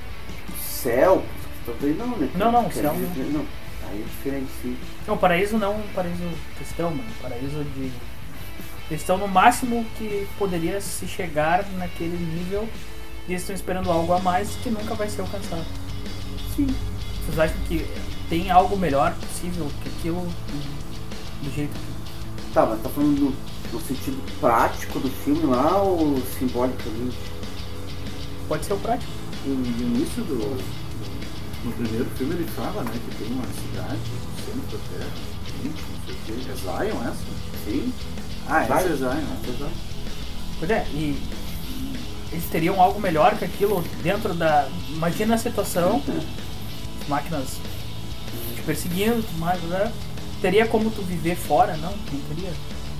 céu, também não, né? Não, não, Quer céu dizer, não. Aí é diferente, sim. Não, paraíso não um paraíso cristão, mano. Paraíso de. Eles estão no máximo que poderia se chegar naquele nível e eles estão esperando algo a mais que nunca vai ser alcançado. Sim. Vocês acham que tem algo melhor possível que aquilo do jeito que. Tá, mas tá falando no, no sentido prático do filme lá ou simbolicamente? Pode ser o prático. No início do, do- no primeiro filme ele fala, né, que tem uma cidade no centro da Terra, gente, não sei o que. É Zion essa? Sim. Ah, essa é Zion. Zion, essa é Zion. Pois é, e eles teriam algo melhor que aquilo dentro da. Imagina a situação, as máquinas te perseguindo e tudo mais, né? Teria como tu viver fora? Não, não teria.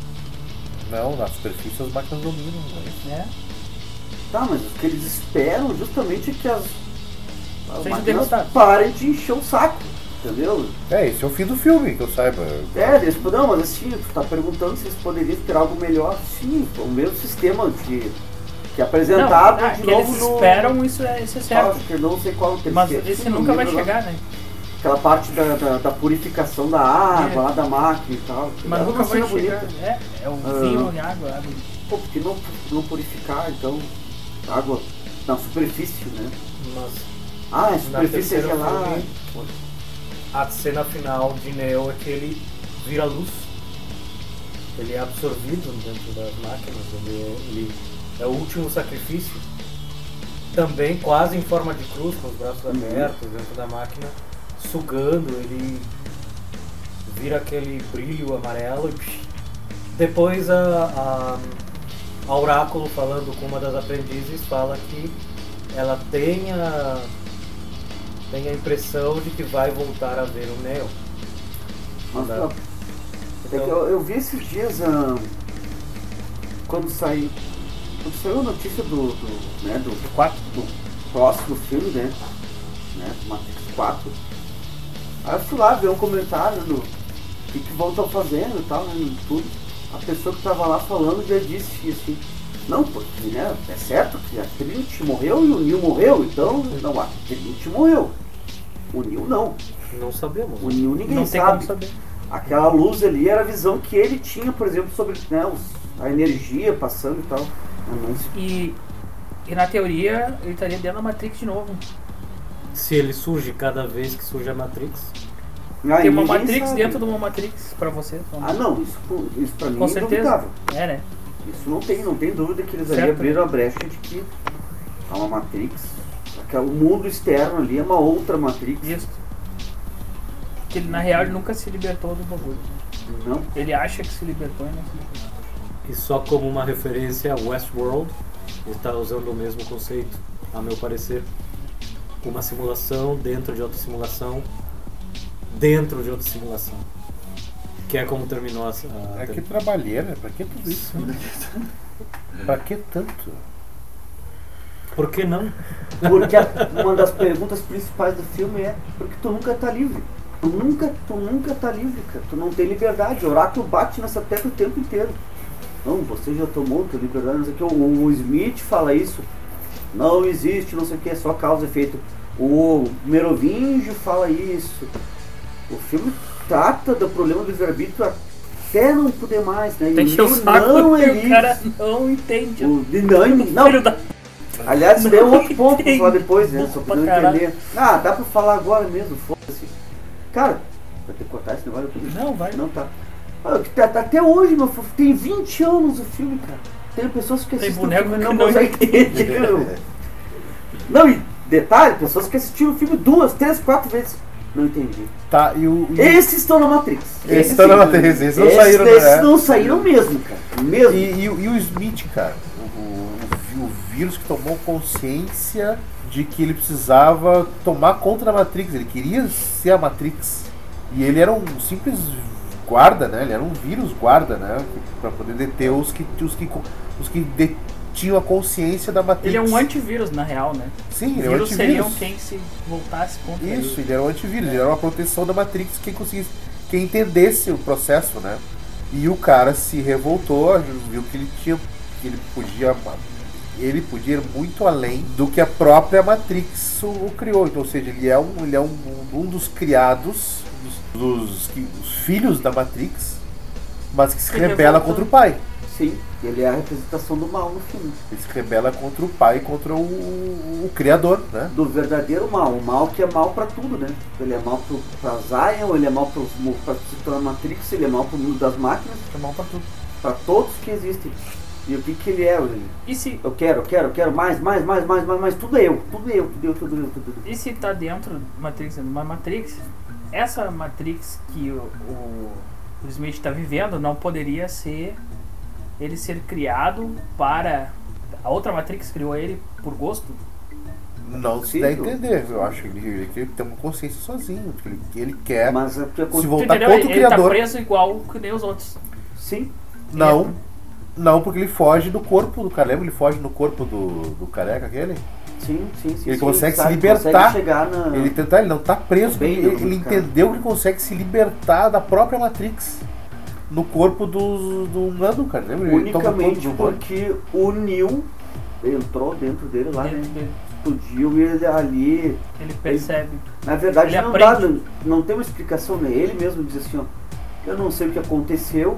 Não, na superfície as máquinas dominam, né? Né? Tá, mas o que eles esperam justamente é que as, as Seja máquinas derrotado. parem de encher o saco, entendeu? É, esse é o fim do filme, que eu saiba. É, eles, não, mas assim, tu tá perguntando se eles poderiam esperar algo melhor. Sim, o mesmo sistema de, que é apresentado não, ah, de que novo eles no... esperam, isso é, isso é certo. Acho que eu não sei qual o terceiro. Mas esse sim, não nunca vai lembro lá. chegar, né? Aquela parte da, da, da purificação da água, É. lá da máquina e tal. Mas É nunca uma vai cena chegar. bonita. É, é o Ah. vinho e água, água. Pô, porque não, não purificar, então, água na superfície, né? Mas Ah, a na superfície é terceira gelada. filme, a cena final de Neo é que ele vira luz. Ele é absorvido dentro das máquinas, ele, ele é o último sacrifício. Também quase em forma de cruz, com os braços abertos dentro da máquina, sugando, ele vira aquele brilho amarelo e psh. Depois a, a, a Oráculo, falando com uma das aprendizes, fala que ela tem a, tem a impressão de que vai voltar a ver o Neo. Mas, Tá. ó, é que eu, eu vi esses dias, ah, quando saiu, quando saiu a notícia do, do, né, do, quatro. do próximo filme, né, né, do Matrix quatro, aí eu fui lá ver um comentário do que, que vão estar fazendo e tal, né, no YouTube. a pessoa que tava lá falando já disse assim, não, porque né, é certo que a Trinity morreu e o Neo morreu, então não, a Trinity morreu. O Neo não. Não sabemos. O Neo ninguém Não tem sabe. como saber. Aquela luz ali era a visão que ele tinha, por exemplo, sobre né, os, a energia passando e tal. Não se- E, e na teoria ele estaria dentro da Matrix de novo. Se ele surge cada vez que surge a Matrix. Ah, Tem uma ninguém Matrix sabe. dentro de uma Matrix pra você. Ah não, isso, isso pra mim Com é certeza. indubitável. É, né? Isso não tem, não tem dúvida que eles ali Certo. abriram a brecha de que há uma Matrix. Aquele mundo externo ali é uma outra Matrix. Isso. Que ele, na real ele nunca se libertou do bagulho. Não. Ele acha que se libertou e não se libertou. E só como uma referência a Westworld, ele está usando o mesmo conceito, a meu parecer. Uma simulação dentro de outra simulação, dentro de outra simulação. Que é como terminou a... a É que trabalheira, pra que tudo isso? Pra que tanto? Por que não? Porque a- uma das perguntas principais do filme é porque tu nunca tá livre. Tu nunca, tu nunca tá livre, cara. Tu não tem liberdade. O Oráculo bate nessa tecla o tempo inteiro. Não, você já tomou tua liberdade, não sei o que. O, o Smith fala isso. Não existe, não sei o que, é só causa e efeito. O Merovingio fala isso. O filme trata do problema do livre-arbítrio até não poder mais, né? E Tem o que o livro saco não é e o cara isso. não entende. O, de- não, não, Filho da... aliás, tem um outro ponto pra Não falar depois, né? Só entendo. pra não Pra caralho. entender. Ah, dá pra falar agora mesmo, foda-se. Cara, vai ter que cortar esse negócio? Não, vai. Não tá. Ah, tá- tá até hoje, meu filho, tem vinte anos o filme, cara. Tem pessoas que Tem assistem o boneco filme e que não não conseguem entender. meu. Não, e detalhe, pessoas que assistiram o filme duas, três, quatro vezes. Não entendi. Tá, e o. e o- Esses estão na Matrix. Esses estão sim. na Matrix, esses não Esses- saíram, Esses né? não saíram mesmo, cara. Mesmo. E, e o- e o Smith, cara, o, o- o vírus que tomou consciência de que ele precisava tomar conta da Matrix, ele queria ser a Matrix. E ele era um simples guarda, né? Ele era um vírus guarda, né? Pra poder deter os que, os que, os que detinham a consciência da Matrix. Ele é um antivírus, na real, né? Sim, ele é um Vírus seriam antivírus. quem se voltasse contra Isso, ele. ele era um antivírus, ele era uma proteção da Matrix, quem conseguisse, quem entendesse o processo, né? E o cara se revoltou, viu que ele tinha, que ele podia, ele podia ir muito além do que a própria Matrix o, o criou. Então, ou seja, ele é um, ele é um, um dos criados, dos, dos que- os filhos da Matrix, mas que se Se rebela revoltou. contra o pai. Sim, ele é a representação do mal no filme. Ele se rebela contra o pai e contra o, o criador, né? Do verdadeiro mal, o mal que é mal pra tudo, né? Ele é mal pro, pra Zion, ele é mal pros, pra pra Matrix, ele é mal pro mundo das máquinas, É mal pra tudo. pra todos que existem. E o que que ele é? Ele- E se, Eu quero, eu quero, eu quero mais, mais, mais, mais, mais, mais, tudo é eu, tudo é eu, tudo é eu, tudo é eu, tudo é eu. e se tá dentro de Matrix, uma Matrix, essa Matrix que o, o, o Smith está vivendo não poderia ser ele ser criado para... A outra Matrix criou ele por gosto? Não se Sim, dá a eu- entender, eu acho que ele, ele tem uma consciência sozinho, que ele, que ele quer Mas é porque se acontece. voltar Entendeu? contra o Ele, ele tá criador. preso igual que nem os outros. Sim, Não, não, porque ele foge do corpo do cara. Lembra? Ele foge no corpo do, do careca aquele? sim, sim, sim. Ele sim, consegue se sabe, libertar. Consegue chegar na... Ele tentar, ele não tá preso, Bem, ele, não, ele cara. entendeu que ele consegue se libertar da própria Matrix no corpo do, do humano, cara. Lembra? Ele toma Unicamente todo do humano. porque o Neo entrou dentro dele lá, Ele, né? ele, Explodiu e ele ali... ele percebe. Na verdade, Ele não dá, aprende. não, não tem uma explicação, né? Ele mesmo diz assim, ó, eu não sei o que aconteceu,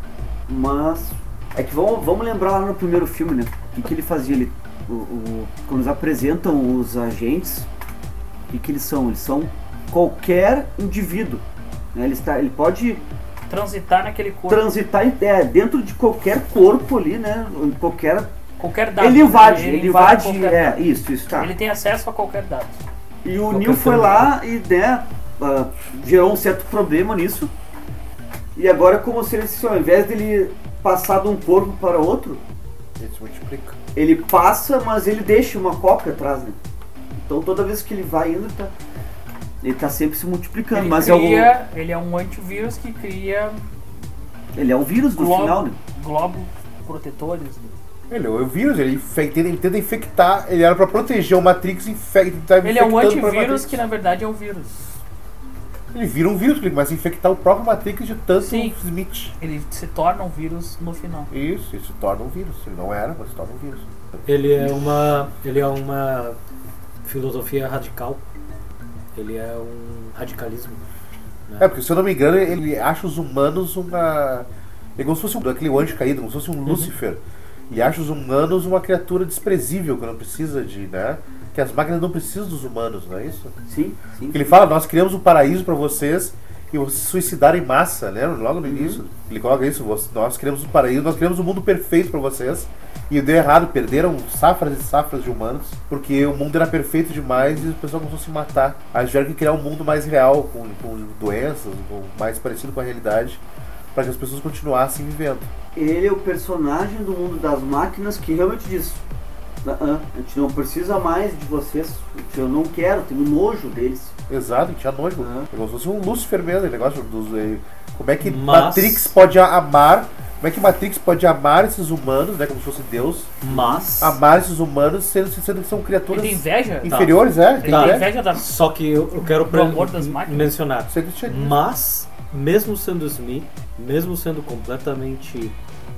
mas é que vamos, vamos lembrar lá no primeiro filme, né? O que, que ele fazia? Ele, o, o- quando eles apresentam os agentes, o que, que eles são? Eles são qualquer indivíduo, né? Ele, está, ele pode Transitar naquele corpo. transitar em- é, dentro de qualquer corpo ali, né? Em qualquer... Qualquer dado. Ele invade, ele, invade, qualquer é, dado. isso, isso, tá. Ele tem acesso a qualquer dado. E o Qualquer Neo foi tempo. lá e né, ah, gerou um certo problema nisso. E agora é como se ele, se, ao invés dele passar de um corpo para outro, Ele se multiplica. ele passa, mas ele deixa uma cópia atrás, né? Então toda vez que ele vai indo, ele tá, ele tá sempre se multiplicando. Ele, mas é, o, cria, ele é um antivírus que cria ele é o vírus do globo, final, né? globos protetores. Ele é o vírus, ele, infecta, ele tenta infectar, ele era pra proteger o Matrix e infecta. Tá Ele é um infectando pra antivírus Matrix. que na verdade é um vírus. Ele vira um vírus, ele começa a infectar o próprio Matrix de tanto Sim. Smith. Ele se torna um vírus no final. Isso, ele se torna um vírus. Ele não era, mas se torna um vírus. Ele é uma, ele é uma filosofia radical. Ele é um radicalismo. Né? É, porque se eu não me engano, ele acha os humanos uma... É como se fosse um, aquele anjo caído, como se fosse um Lúcifer. E acha os humanos uma criatura desprezível, que não precisa de, né? Que as máquinas não precisam dos humanos, não é isso? Sim, sim. Porque ele fala, nós criamos um paraíso para vocês e vocês se suicidaram em massa, né? Logo no início. Ele coloca isso, nós criamos um paraíso, nós criamos um mundo perfeito para vocês. E deu errado, perderam safras e safras de humanos, porque o mundo era perfeito demais e o pessoal começou a se matar. Aí tiveram que criar um mundo mais real, com, com doenças, com, mais parecido com a realidade, para que as pessoas continuassem vivendo. Ele é o personagem do mundo das máquinas que realmente diz: "Ah, a gente não precisa mais de vocês, eu não quero, tenho nojo deles." Exato, tinha nojo. Uhum. É como se fosse um Lúcifer mesmo, o negócio dos... eh, Como é que Mas- Matrix pode amar... Como é que Matrix pode amar esses humanos, né? Como se fosse Deus. Mas Amar esses humanos, sendo, sendo que são criaturas Ele tem inveja? inferiores, é? Ele Tem Tá. tem inveja. inveja da... só que eu, eu quero Do amor das máquinas? mencionar. Isso é cristianismo. Mas, mesmo sendo Smith, mesmo sendo completamente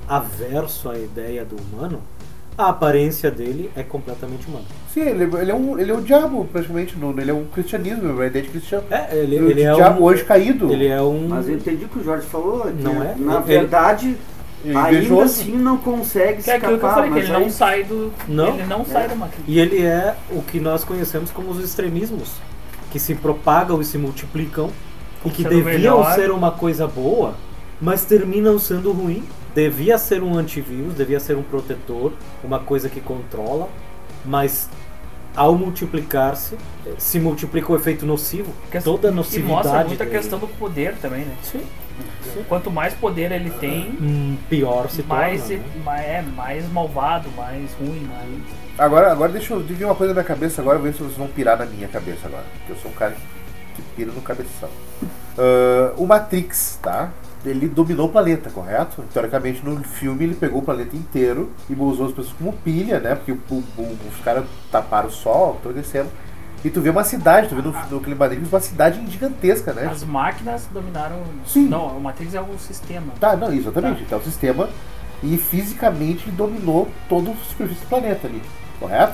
averso à ideia do humano, a aparência dele é completamente humana. Sim, ele, ele, é um, ele é um diabo, praticamente. No, ele é um cristianismo, a ideia de cristiano. É, ele, O ele é diabo um, hoje caído. ele é um... Mas eu entendi o que o Jorge falou, que Não é? na Ele- verdade, Ele é ainda invejoso. assim não consegue Que é aquilo que eu escapar. falei, que mas ele não aí- sai do... Não. Ele não sai da Matrix. E ele é o que nós conhecemos como os extremismos, que se propagam e se multiplicam e que Sendo deviam melhor. ser uma coisa boa, mas terminam sendo ruim. Devia ser um antivírus, devia ser um protetor, uma coisa que controla, mas ao multiplicar-se, se multiplica o efeito nocivo, Que- toda a E nocividade mostra muita dele. questão do poder também, né? Sim. Quanto mais poder ele tem, Hum, pior se mais, torna, né? mais, é, mais malvado, mais ruim, mais... Agora, agora deixa eu dividir uma coisa na minha cabeça agora, ver se vocês vão pirar na minha cabeça agora. Porque eu sou um cara que pira no cabeção. Ah, o Matrix, tá? Ele dominou o planeta, correto? Teoricamente, no filme, ele pegou o planeta inteiro e usou as pessoas como pilha, né? Porque o, o, os caras taparam o sol, estão descendo. E tu vê uma cidade, tu vê no, no clima Matrix uma cidade gigantesca, né? As máquinas dominaram... Sim. Não, o Matrix é um sistema. Tá, não, exatamente. Tá. Então o sistema e fisicamente ele dominou toda a superfície do planeta ali, correto?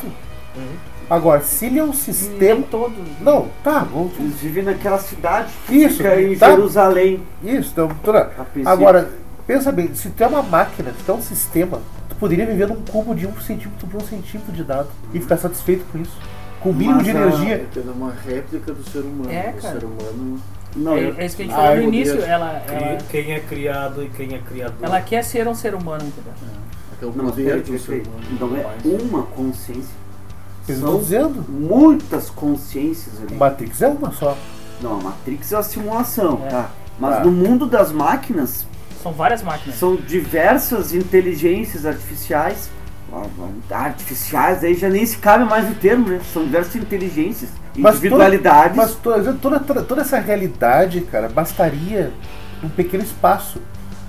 Agora, se ele é um sistema... Nem todo. Não, tá, vamos... Eles vivem naquela cidade que Isso, fica em tá. Jerusalém. Isso, então, toda... A princípio. Agora, pensa bem, se tu é uma máquina, se tu é um sistema, tu poderia viver num cubo de um centímetro por um centímetro de dado e ficar satisfeito com isso. Com o mínimo Mas de a- energia. É tendo uma réplica do ser humano. É, o cara. ser humano. Não, É, eu- é isso que a gente Ah, falou no é início. poder. Ela, ela, Quem é criado e quem é criador. ela quer ser um ser humano, entendeu? Aquele não, poder peraí, do peraí, ser peraí. humano. Não é mais. uma consciência. Eles São estão dizendo. muitas consciências O ali. Matrix é uma só. Não, a Matrix é uma simulação, É. tá? Mas Tá. no mundo das máquinas, São várias máquinas. são diversas inteligências artificiais. Artificiais, aí já nem se cabe mais o termo, né? São diversas inteligências, Mas individualidades. Toda, mas toda, toda, toda, toda essa realidade, cara, bastaria num pequeno espaço.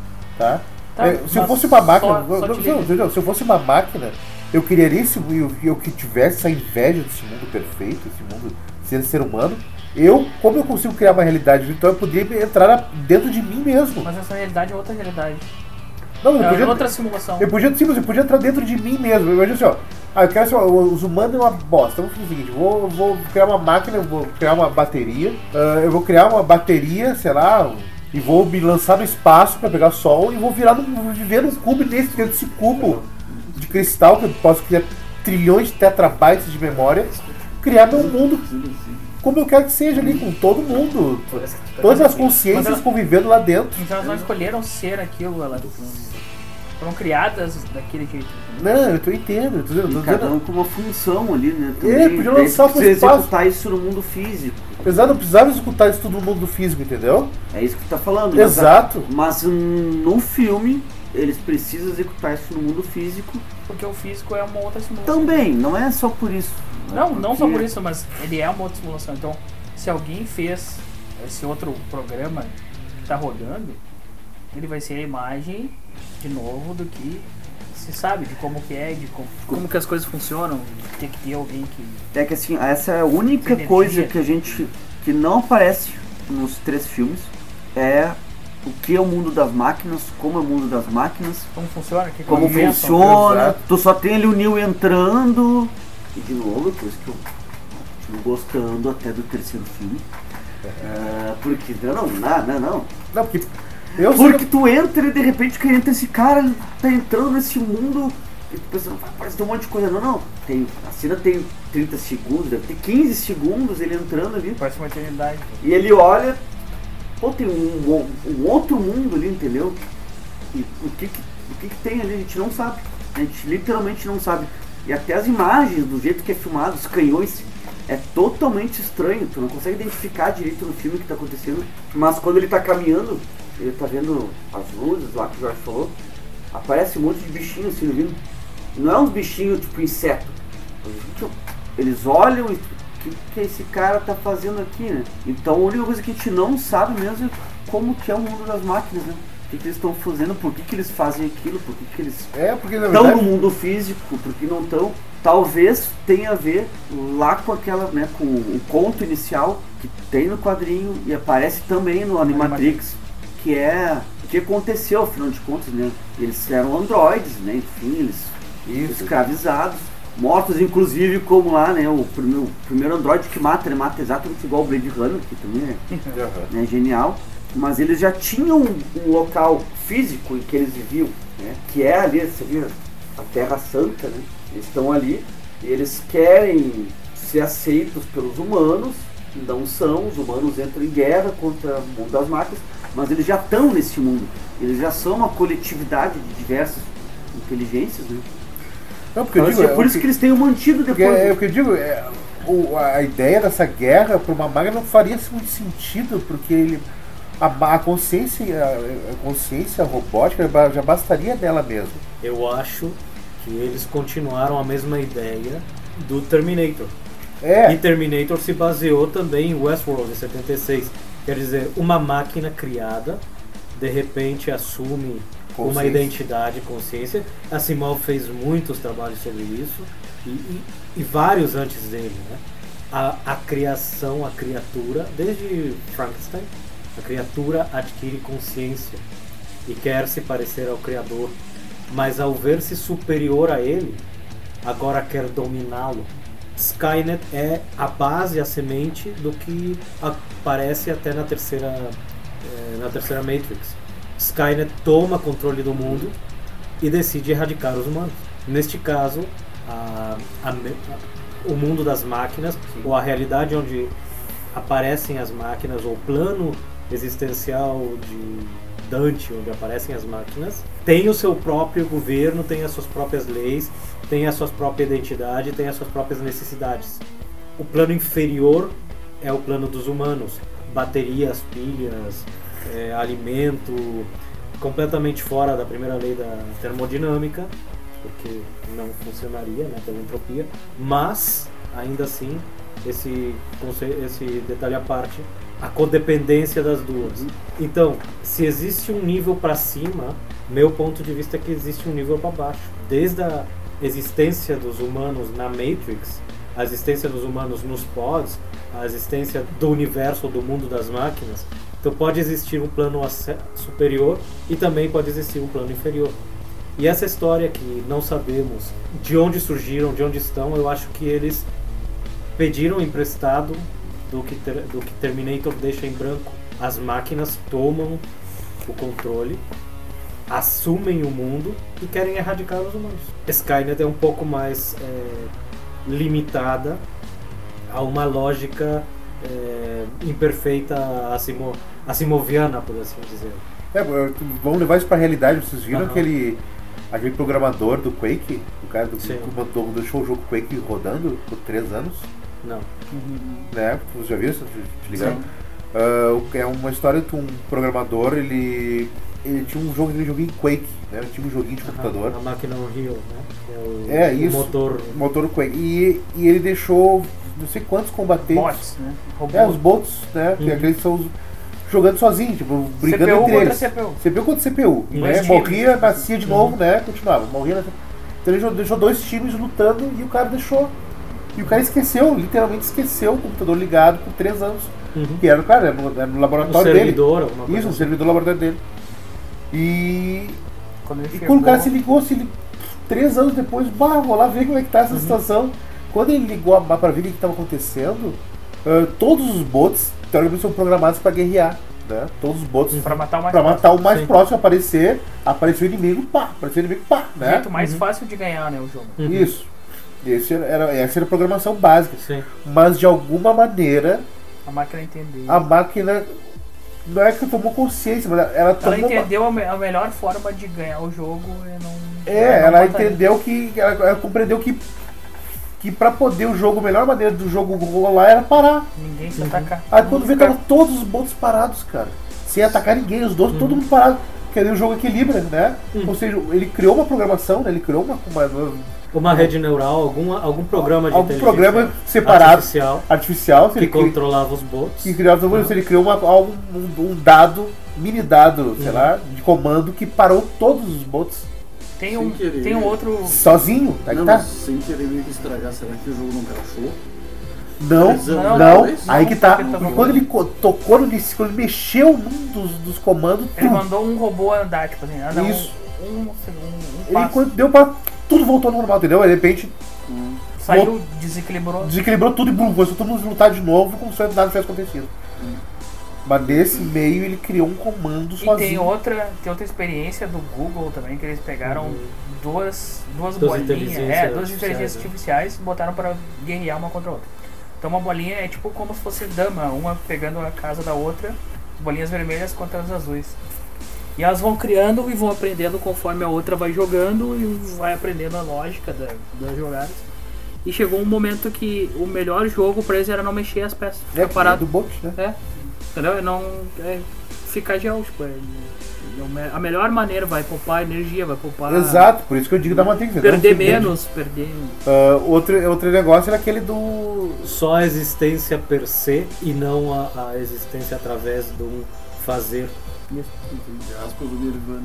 Tá? Tá, É, se eu mas fosse uma máquina. só- só não, te não, liga. não, se eu fosse uma máquina, eu criaria esse. Eu, eu que tivesse essa inveja desse mundo perfeito, esse mundo ser ser humano. Eu, como eu consigo criar uma realidade virtual, eu poderia entrar na- dentro de mim mesmo. Mas essa realidade é outra realidade. Não, eu É podia, outra simulação. eu podia, sim, mas eu podia entrar dentro de mim mesmo. Imagina assim, ó. Ah, eu quero assim, ó, os humanos é uma bosta. Vamos fazer o seguinte, vou, vou criar uma máquina, eu vou criar uma bateria. ah, eu vou criar uma bateria, sei lá, e vou me lançar no espaço para pegar sol e vou virar num, vou viver num cubo desse, dentro desse cubo de cristal que eu posso criar trilhões de tetrabytes de memória, criar meu mundo como eu quero que seja ali, com todo mundo. Todas as consciências Mas ela- convivendo lá dentro. Então elas não escolheram ser aquilo, elas foram criadas daquele jeito. Não, eu tô entendendo, eu tô dizendo, E tô cada dizendo um com uma função ali, né? É, podia daí lançar tu pro precisa espaço. executar isso no mundo físico. apesar de não precisava escutar isso tudo no mundo físico, entendeu? É isso que tu tá falando. mas a- Exato. Mas, hum, no filme, eles precisam executar isso no mundo físico Porque o físico é uma outra simulação. também, não é só por isso. Não, não só Porque- por isso, mas ele é uma outra simulação. Então, se alguém fez esse outro programa que tá rodando, ele vai ser a imagem, de novo, do que se sabe, de como que é, de como, como que as coisas funcionam, tem que ter alguém que... É que assim, essa é a única Energia. coisa que a gente que não aparece nos três filmes é o que é o mundo das máquinas, como é o mundo das máquinas, Como funciona? Que como pensam? funciona. exato. Tu só tem ali o Neo entrando. E de novo, por isso que eu continuo gostando até do terceiro filme. É, porque, não, não, não, não, não. Não, porque eu Porque tu entra e de repente que entra esse cara, ele tá entrando nesse mundo e tu pensa, "Ah, parece que tem um monte de coisa. Não, não. Tem, a cena tem trinta segundos, deve ter quinze segundos ele entrando ali. Parece uma eternidade. E ele olha, pô, tem um, um, um outro mundo ali, entendeu? E o que que, o que que tem ali, a gente não sabe. A gente literalmente não sabe. E até as imagens, do jeito que é filmado, os canhões, é totalmente estranho. Tu não consegue identificar direito no filme o que tá acontecendo. Mas quando ele tá caminhando, ele tá vendo as luzes lá que o Jorge falou, aparece um monte de bichinhos assim vindo. Não é uns bichinhos tipo inseto. Eles olham e o que, que esse cara tá fazendo aqui, né? Então a única coisa que a gente não sabe mesmo é como que é o mundo das máquinas, né? O que, que eles estão fazendo, por que, que eles fazem aquilo, por que, que eles É, porque na estão verdade. no mundo físico, por que não estão. Talvez tenha a ver lá com aquela, né, com o conto inicial que tem no quadrinho e aparece também no Animatrix, que é o que aconteceu, afinal de contas, né? Eles eram androides, né? Enfim, eles Isso. escravizados, mortos inclusive como lá, né? O primeiro, o primeiro androide que mata, ele mata exatamente igual o Blade Runner, que também é, Aham. né, genial. Mas eles já tinham um, um local físico em que eles viviam, né? Que é ali, você viu, a Terra Santa, né? Eles estão ali e eles querem ser aceitos pelos humanos, não são, os humanos entram em guerra contra o mundo das máquinas, mas eles já estão nesse mundo, eles já são uma coletividade de diversas inteligências, né? Não, porque eu Então, digo, é é por o isso que- que eles têm o mantido Porque depois. é o que eu digo, é, o- a ideia dessa guerra para uma máquina não faria muito sentido, porque ele, a, ma- a consciência a, a consciência robótica ba- já bastaria dela mesmo. Eu acho que eles continuaram a mesma ideia do Terminator. É, E Terminator se baseou também em Westworld, em setenta e seis. Quer dizer, uma máquina criada, de repente assume uma Consciência. identidade, consciência. Asimov fez muitos trabalhos sobre isso, e, e- e vários antes dele, né? A, a criação, a criatura, desde Frankenstein, a criatura adquire consciência e quer se parecer ao Criador, mas ao ver-se superior a ele, agora quer dominá-lo. Skynet é a base, a semente do que aparece até na terceira, eh, na terceira Matrix. Skynet toma controle do mundo e decide erradicar os humanos. Neste caso, a, a, a, o mundo das máquinas, ou a realidade onde aparecem as máquinas, ou o plano existencial de Dante, onde aparecem as máquinas, tem o seu próprio governo, tem as suas próprias leis, tem a sua própria identidade, tem as suas próprias necessidades. O plano inferior é o plano dos humanos, baterias, pilhas, é, alimento, completamente fora da primeira lei da termodinâmica, porque não funcionaria, né, pela entropia, mas ainda assim esse, conce- esse detalhe à parte, a codependência das duas. Então, se existe um nível para cima, meu ponto de vista é que existe um nível para baixo. Desde a existência dos humanos na Matrix, a existência dos humanos nos pods, a existência do universo, do mundo das máquinas. Então pode existir um plano ace- superior e também pode existir um plano inferior. E essa história que não sabemos de onde surgiram, de onde estão, eu acho que eles pediram emprestado do que, ter, do que Terminator deixa em branco. As máquinas tomam o controle, assumem o mundo e querem erradicar os humanos. Skynet é um pouco mais é, limitada a uma lógica é, imperfeita asimo, assimoviana, por assim dizer. é, vamos levar isso pra realidade. Vocês viram Aham. aquele, aquele programador do Quake, o cara do, Sim. que mandou- deixou o jogo Quake rodando por três anos, Não. né? Vocês já viram isso? Te- te ligaram? Sim. Ah, o- é uma história de um programador, ele, ele tinha um jogo, ele joguei em Quake, né? Ele tinha um joguinho de computador. A máquina Unreal, né? É, o, É, o isso. motor. O motor do Quake. E, e ele deixou não sei quantos combatentes. Bots, né? É, os bots, né? Que Uhum. aqueles são os, jogando sozinho, tipo, brigando C P U entre contra eles. C P U. C P U contra C P U. Em Né? dois Morria, times. nascia de novo, né? Continuava. Morria. Nascia. Então ele deixou, deixou dois times lutando e o cara deixou E o cara esqueceu, literalmente esqueceu o computador ligado por três anos. Uhum. Que era, cara, era no, era no laboratório Um dele. servidor, alguma coisa Isso, um assim. servidor do laboratório dele. E, Quando ele e chegou, quando o cara se ligou, se ele, três anos depois, bah, vou lá ver como é que tá essa Uhum. situação. Quando ele ligou a para ver o que estava acontecendo, uh, todos os bots, teoricamente, são programados para guerrear. Né? Todos os bots pra matar o mais pra matar o mais Sim. próximo a aparecer, apareceu o inimigo, pá, apareceu o inimigo, pá, o né? jeito mais Uhum. fácil de ganhar, né, o jogo. Uhum. Isso. Esse era, essa era a programação básica. Sim. Mas de alguma maneira A máquina entendeu. a máquina não é que tomou consciência, mas ela Ela tomou. entendeu a, me- a melhor forma de ganhar o jogo e não. É, não ela matar entendeu que. Ela, ela compreendeu que. Que pra poder o jogo, a melhor maneira do jogo rolar era parar. ninguém se Uhum. atacar. Aí quando vê, Ficar- tava todos os bots parados, cara. Sem atacar ninguém, os dois, todo mundo parado. Porque aí o jogo equilibra, né? Uhum. Ou seja, ele criou uma programação, né? Ele criou uma, uma, Uma rede neural, algum, algum programa de algum inteligência programa separado, artificial artificial, que ele cri- controlava os bots. que criava, Uhum. ele criou uma, algum- um, um dado, mini dado, sei Uhum. lá, de comando que parou todos os bots Tem Sem um, querer. tem um outro. sozinho. Aí Não, que tá. mas sem querer meio que estragar, será que o jogo não crashou? Não, Três anos não, Não, depois? aí que tá. porque ele tava E quando ele co- tocou no início, quando ele mexeu num dos, dos comandos, Ele tum, mandou um robô andar, tipo assim, anda um, Isso. um, um, um ele passo. quando deu pra. Tudo voltou ao normal, entendeu? Aí, de repente Hum. Saiu, desequilibrou. desequilibrou tudo e bum, começou todo mundo a lutar de novo como se nada tivesse acontecido. Mas nesse meio ele criou um comando E sozinho. tem outra, tem outra experiência do Google também, que eles pegaram Uhum. duas, duas Duas bolinhas, inteligências é, duas artificiais, inteligências né? artificiais e botaram para guerrear uma contra a outra. Então uma bolinha é tipo como se fosse dama, uma pegando a casa da outra, bolinhas vermelhas contra as azuis. E elas vão criando e vão aprendendo conforme a outra vai jogando e vai aprendendo a lógica da, das jogadas. E chegou um momento que o melhor jogo pra eles era não mexer as peças, É, ficar parado. do bot, né? É, entendeu? É não é ficar gel, tipo, é, é o me- a melhor maneira vai poupar energia, vai poupar. Exato, por isso que eu digo da Matrix. né? Perder Não se entende. menos, perder. Ah, outro, outro negócio era aquele do. Só a existência per se e não a, a existência através de um fazer. Entre aspas, o Nirvana.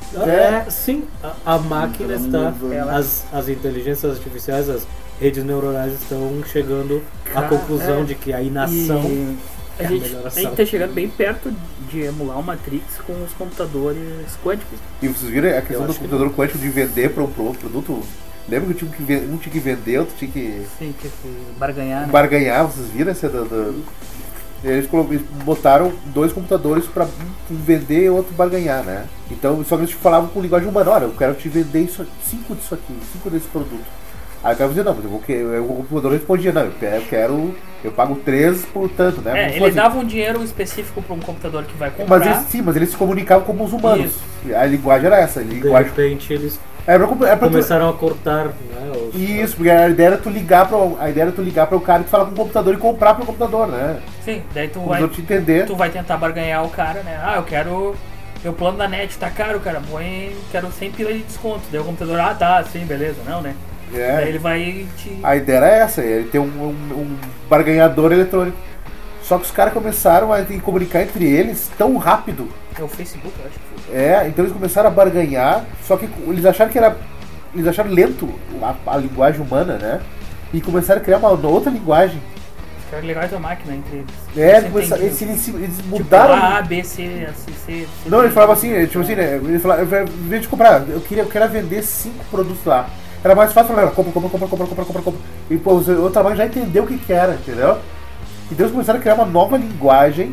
É. Sim, a, a máquina Ela está, não leva- as, as inteligências artificiais, as redes neuronais estão chegando à Cara, conclusão é. de que a inação E é a a gente, melhor a ação. gente tá chegando bem perto de emular o Matrix com os computadores quânticos. E vocês viram a questão Eu do acho que computador quântico de vender para um pro outro produto? Lembra que, tinha que ven- um tinha que vender, outro tinha que Sim, que, que barganhar, né? barganhar? Vocês viram essa do. do- Eles colo- eles botaram dois computadores para um vender e outro barganhar, né? Então, só que eles falavam com linguagem humana: olha, eu quero te vender isso, cinco disso aqui, cinco desse produto. Aí o cara dizia: não, mas eu vou que- eu- o computador respondia: não, eu quero, eu, quero, eu pago três por tanto, né? É, Vamos ele fazer. dava um dinheiro específico para um computador que vai comprar. Mas eles, sim, mas eles se comunicavam como os humanos. Isso. A linguagem era essa. A De linguagem repente eles era pra, era pra tu- começaram a cortar, né, os- Isso, porque a ideia era tu ligar para a ideia era tu ligar para o cara que fala com o computador e comprar para o computador, né? Sim, daí tu O vai, computador te entender. tu vai tentar barganhar o cara, né? Ah, eu quero. Meu plano da net tá caro, cara. Põe. Quero cem pila de desconto. Daí o computador, ah tá, sim, beleza, não, né? É. Daí ele vai te. A ideia era essa, ele tem um, um, um barganhador eletrônico. Só que os caras começaram a se comunicar entre eles tão rápido. É o Facebook, eu acho que foi. É, então eles começaram a barganhar, só que eles acharam que era. Eles acharam lento a, a linguagem humana, né? E começaram a criar uma outra linguagem. Os caras ligaram a máquina entre eles. É, Você começaram, entende? eles, eles, eles Tipo, mudaram. A, B, C, C, C. Não, ele falava assim, tipo assim, né? Ele falava, em vez de comprar, eu queria, eu quero vender cinco produtos lá. Era mais fácil falar, compra, compra, compra, compra, compra, compra, compra. E pô, o outro trabalho já entendeu o que que era, entendeu? Então eles começaram a criar uma nova linguagem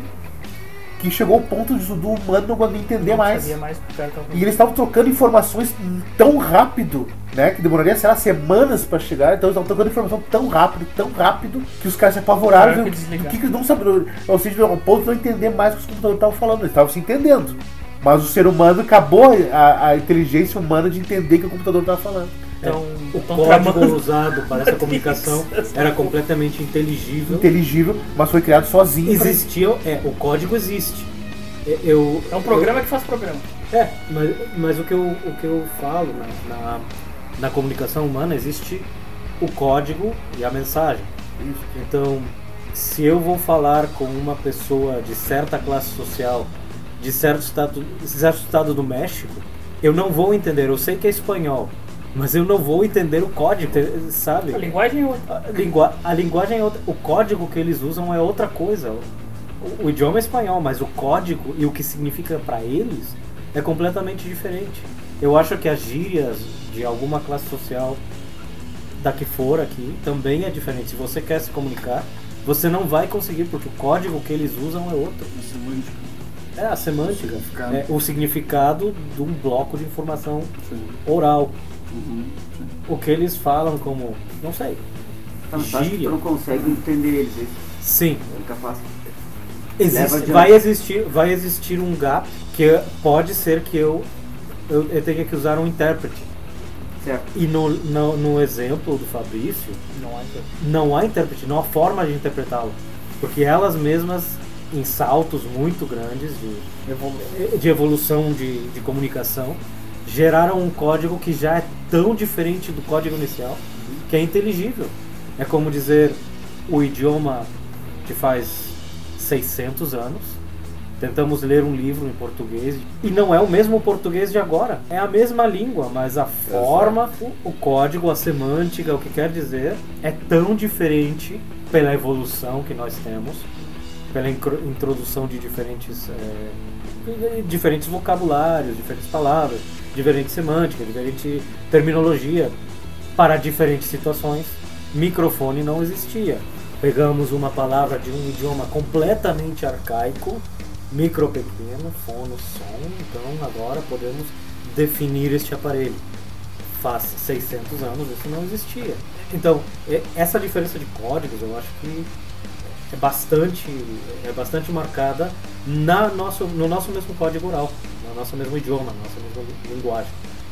que chegou ao ponto de, do humano não conseguir entender Não mais. sabia mais porque o cara tava- E eles estavam trocando informações tão rápido, né? Que demoraria, sei lá, semanas pra chegar. Então eles estavam trocando informação tão rápido, tão rápido, que os caras se apavoraram. Tiveram viu? que desligar. O que que eles não sabiam? Ou seja, ao ponto de não entender mais o que os computadores estavam falando. Eles estavam se entendendo. Mas o ser humano acabou a, a inteligência humana de entender o que o computador estava falando. Então, o tão código tramando. usado para essa comunicação era completamente inteligível. Inteligível, mas foi criado sozinho. pra- Existia, é, o código existe. É, Eu, É um programa que faz programa. eu- é, mas, mas o, que eu, o que eu falo na, na, na comunicação humana existe o código e a mensagem. Então, se eu vou falar com uma pessoa de certa classe social, de certo estado, de certo estado do México, eu não vou entender. Eu sei que é espanhol, mas eu não vou entender o código, sabe? A linguagem é outra. A, lingua, a linguagem é outra, o código que eles usam é outra coisa. O, o idioma é espanhol, mas o código e o que significa para eles é completamente diferente. Eu acho que as gírias de alguma classe social da que for aqui também é diferente. Se você quer se comunicar, você não vai conseguir, porque o código que eles usam é outro. A semântica. É a semântica, O significado. é o significado de um bloco de informação Sim. oral. Uhum. Sim. O que eles falam como, não sei, Então, tu acha que tu gíria. não consegue entender eles, é isso? Sim, É incapaz. existe, adiante. vai existir, vai existir um gap que pode ser que eu, eu, eu tenha que usar um intérprete. Certo. E no, no, no exemplo do Fabrício, Não há intérprete. não há intérprete, não há forma de interpretá-lo. Porque elas mesmas, em saltos muito grandes de, Evolução. de evolução de, de comunicação, geraram um código que já é tão diferente do código inicial que é inteligível. É como dizer o idioma que faz seiscentos anos. Tentamos ler um livro em português e não é o mesmo português de agora. É a mesma língua, mas a forma, o, o código, a semântica, o que quer dizer, é tão diferente pela evolução que nós temos, pela incro- introdução de diferentes, é, diferentes vocabulários, diferentes palavras, diferente semântica, diferente terminologia para diferentes situações. Microfone não existia. Pegamos uma palavra de um idioma completamente arcaico, micro pequeno, fono, som, então agora podemos definir este aparelho. Faz seiscentos anos isso não existia. Então, é- essa diferença de códigos eu acho que é bastante, é bastante marcada na nosso, no nosso mesmo código oral, no nosso mesmo idioma, na nossa mesma linguagem.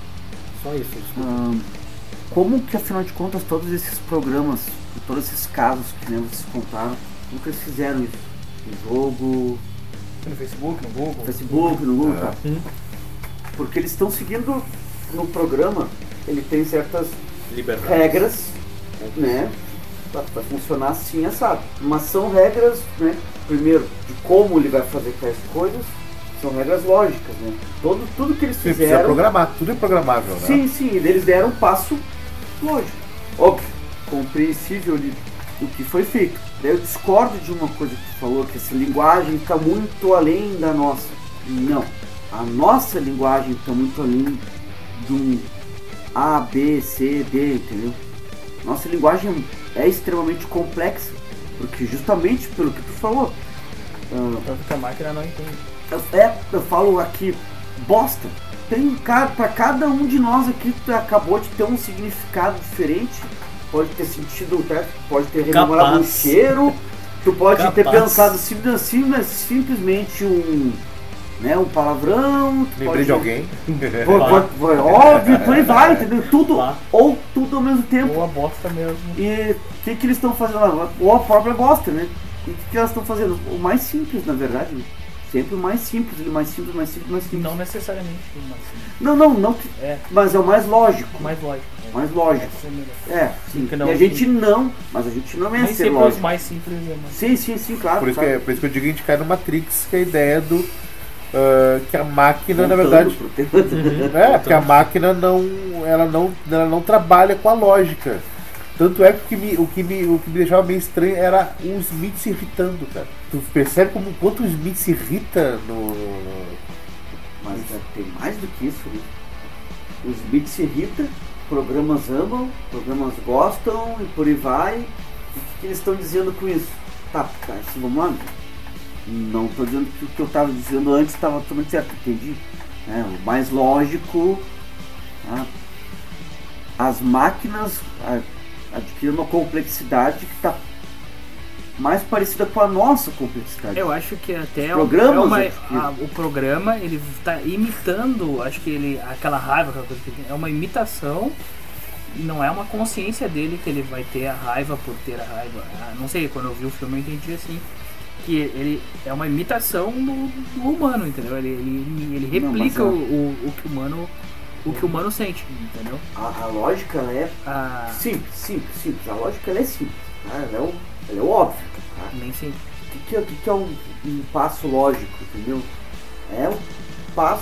Só isso. Desculpa. Hum, como que, afinal de contas, todos esses programas, todos esses casos que nem vocês contaram, como que eles fizeram isso? No jogo, No Facebook, no Google. no Facebook, no Google, É. tá? Hum? Porque eles estão seguindo no programa, ele tem certas Liberdade. regras, né? Pra, pra funcionar assim, assado. Mas são regras, né? Primeiro, de como ele vai fazer tais coisas, são regras lógicas, né? Todo, tudo que eles Sim, precisa fizeram. programar, tudo é programável, né? Sim, sim, eles deram um passo lógico, óbvio, compreensível de, do que foi feito. Daí eu discordo de uma coisa que tu falou, que essa linguagem está muito além da nossa. Não, a nossa linguagem está muito além de um A, B, C, D, entendeu? Nossa linguagem é extremamente complexa, porque justamente pelo que tu falou, ah, Tanto que a máquina não entende. eu, é, eu falo aqui, bosta. Tem cara, pra cada um de nós aqui que acabou de ter um significado diferente. Pode ter sentido, né? Pode ter rememorado um Capaz. cheiro. Tu pode ter Capaz. pensado sim, assim, mas simplesmente um, né, um palavrão. tu Lembrei pode- de alguém. Pode, pode, pode, óbvio, por aí vai, entendeu? Tudo, Lá. ou tudo ao mesmo tempo. Ou a bosta mesmo. E o que, que eles estão fazendo lá? Ou a própria bosta, né? E o que, que elas estão fazendo? O mais simples, na verdade. Né? Sempre o mais simples, ele mais simples, mais simples, mais simples. Não necessariamente, mas Não, não, não. que- é Mas é o mais lógico. mais lógico. né? Mais lógico. É ser melhor. É, sim. Porque não- e a gente não, mas a gente não é Nem ser sempre os lógico. mais simples é mais. Sim, sim, sim, claro. Por isso, que, claro. é- por isso que eu digo que a gente cai no Matrix, que é a ideia do. ah, que a máquina, na Voltando verdade. pro tema. É, porque a máquina não ela, não. ela não trabalha com a lógica. Tanto é que o que me, o que me, o que me deixava meio estranho era o Smith se irritando, cara. Tu percebe como quanto o Smith se irrita no. no- Mas é, tem mais do que isso, né? Os bits se irritam, programas amam, programas gostam e por aí vai. E o que, que eles estão dizendo com isso? Tá, tá, assim, vamos lá. Não estou dizendo que o que eu estava dizendo antes estava totalmente certo, entendi. É, o mais lógico, tá? As máquinas a- adquiriram uma complexidade que está mais parecida com a nossa complexidade. Eu acho que até o, Programas, é uma- acho que- a- o programa ele está imitando, acho que ele aquela raiva, aquela coisa que ele tem, é uma imitação. Não é uma consciência dele que ele vai ter a raiva por ter a raiva. Ah, não sei, quando eu vi o filme eu entendi assim. Que ele é uma imitação do, do humano, entendeu? Ele, ele, ele Não, replica mas o, é- o, o que o humano o que o humano sente, entendeu? A, a lógica ela é Ah, simples, simples, simples. A lógica ela é simples, tá? Ela é o, ela é o óbvio. Tá? nem sempre. O que, que é, o que, que é um, um passo lógico, entendeu? É o espaço.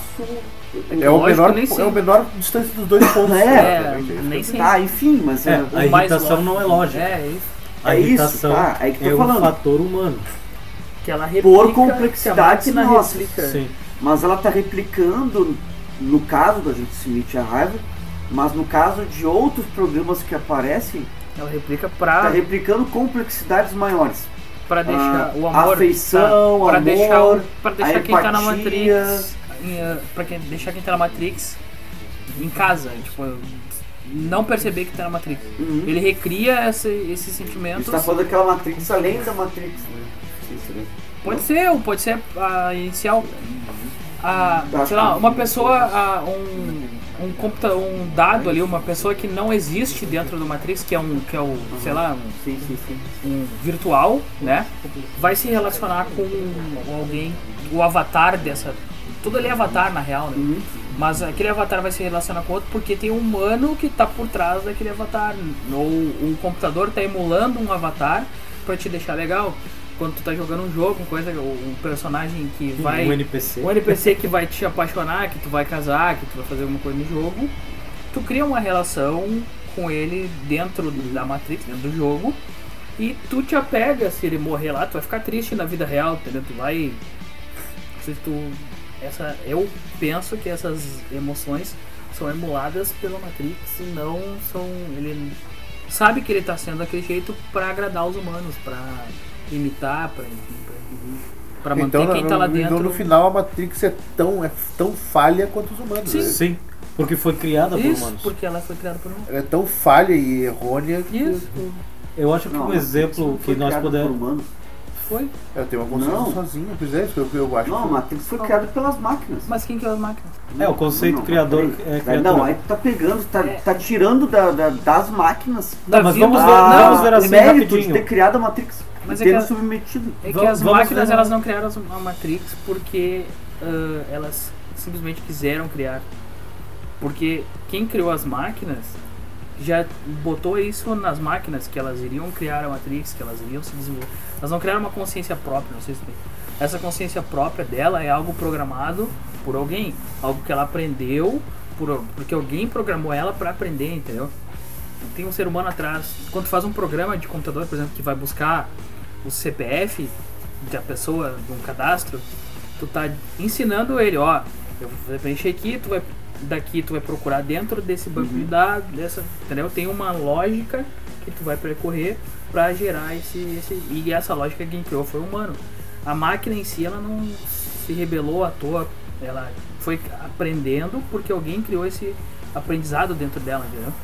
É o, Lógico, menor, nem é sempre. o menor distância dos dois pontos. É, praticamente, é, isso. nem sempre. Tá, enfim, mas É, é, a O mais irritação lógico. não é lógica. É isso. A É isso, irritação tá, é que tô é um falando. fator humano. Que ela replica, Por complexidade que a máquina nossa. replica. Sim. mas ela está replicando, no caso da gente Smith e a raiva, mas no caso de outros programas que aparecem, Ela replica está pra, replicando complexidades maiores. pra deixar Ah, o amor. afeição, tá, pra amor, deixar, o- pra a deixar quem tá na empatia. Matrix. Em, uh, pra quem, deixar quem tá na Matrix em casa. Tipo, não perceber que tá na Matrix. Uhum. Ele recria esse, esses A gente sentimentos. está falando daquela Matrix além da Matrix, né? Isso, né? Pode ser, ou pode ser a inicial. A, Acho sei lá, que- uma pessoa, a, um, um, computa, um dado ali, uma pessoa que não existe dentro do Matrix, que é um, que é o, sei lá, um, Sim, sim, sim. um virtual, né? Vai se relacionar com alguém, o avatar dessa. Tudo ali é avatar na real, né? Uhum. Mas aquele avatar vai se relacionar com outro porque tem um humano que tá por trás daquele avatar. Ou o computador tá emulando um avatar pra te deixar legal. Quando tu tá jogando um jogo, coisa, um personagem que vai. Um N P C. Um N P C que vai te apaixonar, que tu vai casar, que tu vai fazer alguma coisa no jogo. Tu cria uma relação com ele dentro da Matrix, dentro do jogo. E tu te apega, se ele morrer lá, tu vai ficar triste na vida real, entendeu? Tu vai. Se tu. Essa, eu penso que essas emoções são emuladas pela Matrix e não são. Ele sabe que ele tá sendo daquele jeito pra agradar os humanos, pra imitar, pra, pra, pra manter Então, quem tá lá no, dentro. no final, a Matrix é tão, é tão falha quanto os humanos. Sim. né? Sim, porque foi criada por Isso, humanos. porque ela foi criada por humanos. Ela é tão falha e errônea que Isso, Eu acho que Não, um a Matrix exemplo não foi que nós criada por podemos... humanos. foi. ela tem uma consciência Não. sozinha. Pois é, isso que eu, eu acho. Não, a que... Matrix foi criada pelas máquinas. Mas quem criou as máquinas? É, o conceito criador peraí. é criatura. Não, aí tu tá pegando, tá, É. tá tirando da, da- das máquinas Não, mas Tá vamos vindo- ver, a- vamos ver assim o mérito de rapidinho. ter criado a Matrix. Mas e é ter que nos a- submetido. É que Vamos- as vamos máquinas ver- elas não criaram a Matrix porque ah, elas simplesmente quiseram criar. Porque quem criou as máquinas já botou isso nas máquinas, que elas iriam criar a Matrix, que elas iriam se desenvolver. Elas não criaram uma consciência própria, não sei se tem. Essa consciência própria dela é algo programado por alguém, algo que ela aprendeu por, porque alguém programou ela para aprender, entendeu? Tem um ser humano atrás. Quando tu faz um programa de computador, por exemplo, que vai buscar o C P F da pessoa, de um cadastro, tu tá ensinando ele, ó, eu vou preencher aqui, tu vai daqui tu vai procurar dentro desse banco de dados, dessa, entendeu? Tem uma lógica que tu vai percorrer para gerar esse, esse e essa lógica quem criou foi o humano. A máquina em si ela não se rebelou à toa, ela foi aprendendo porque alguém criou esse aprendizado dentro dela, entendeu?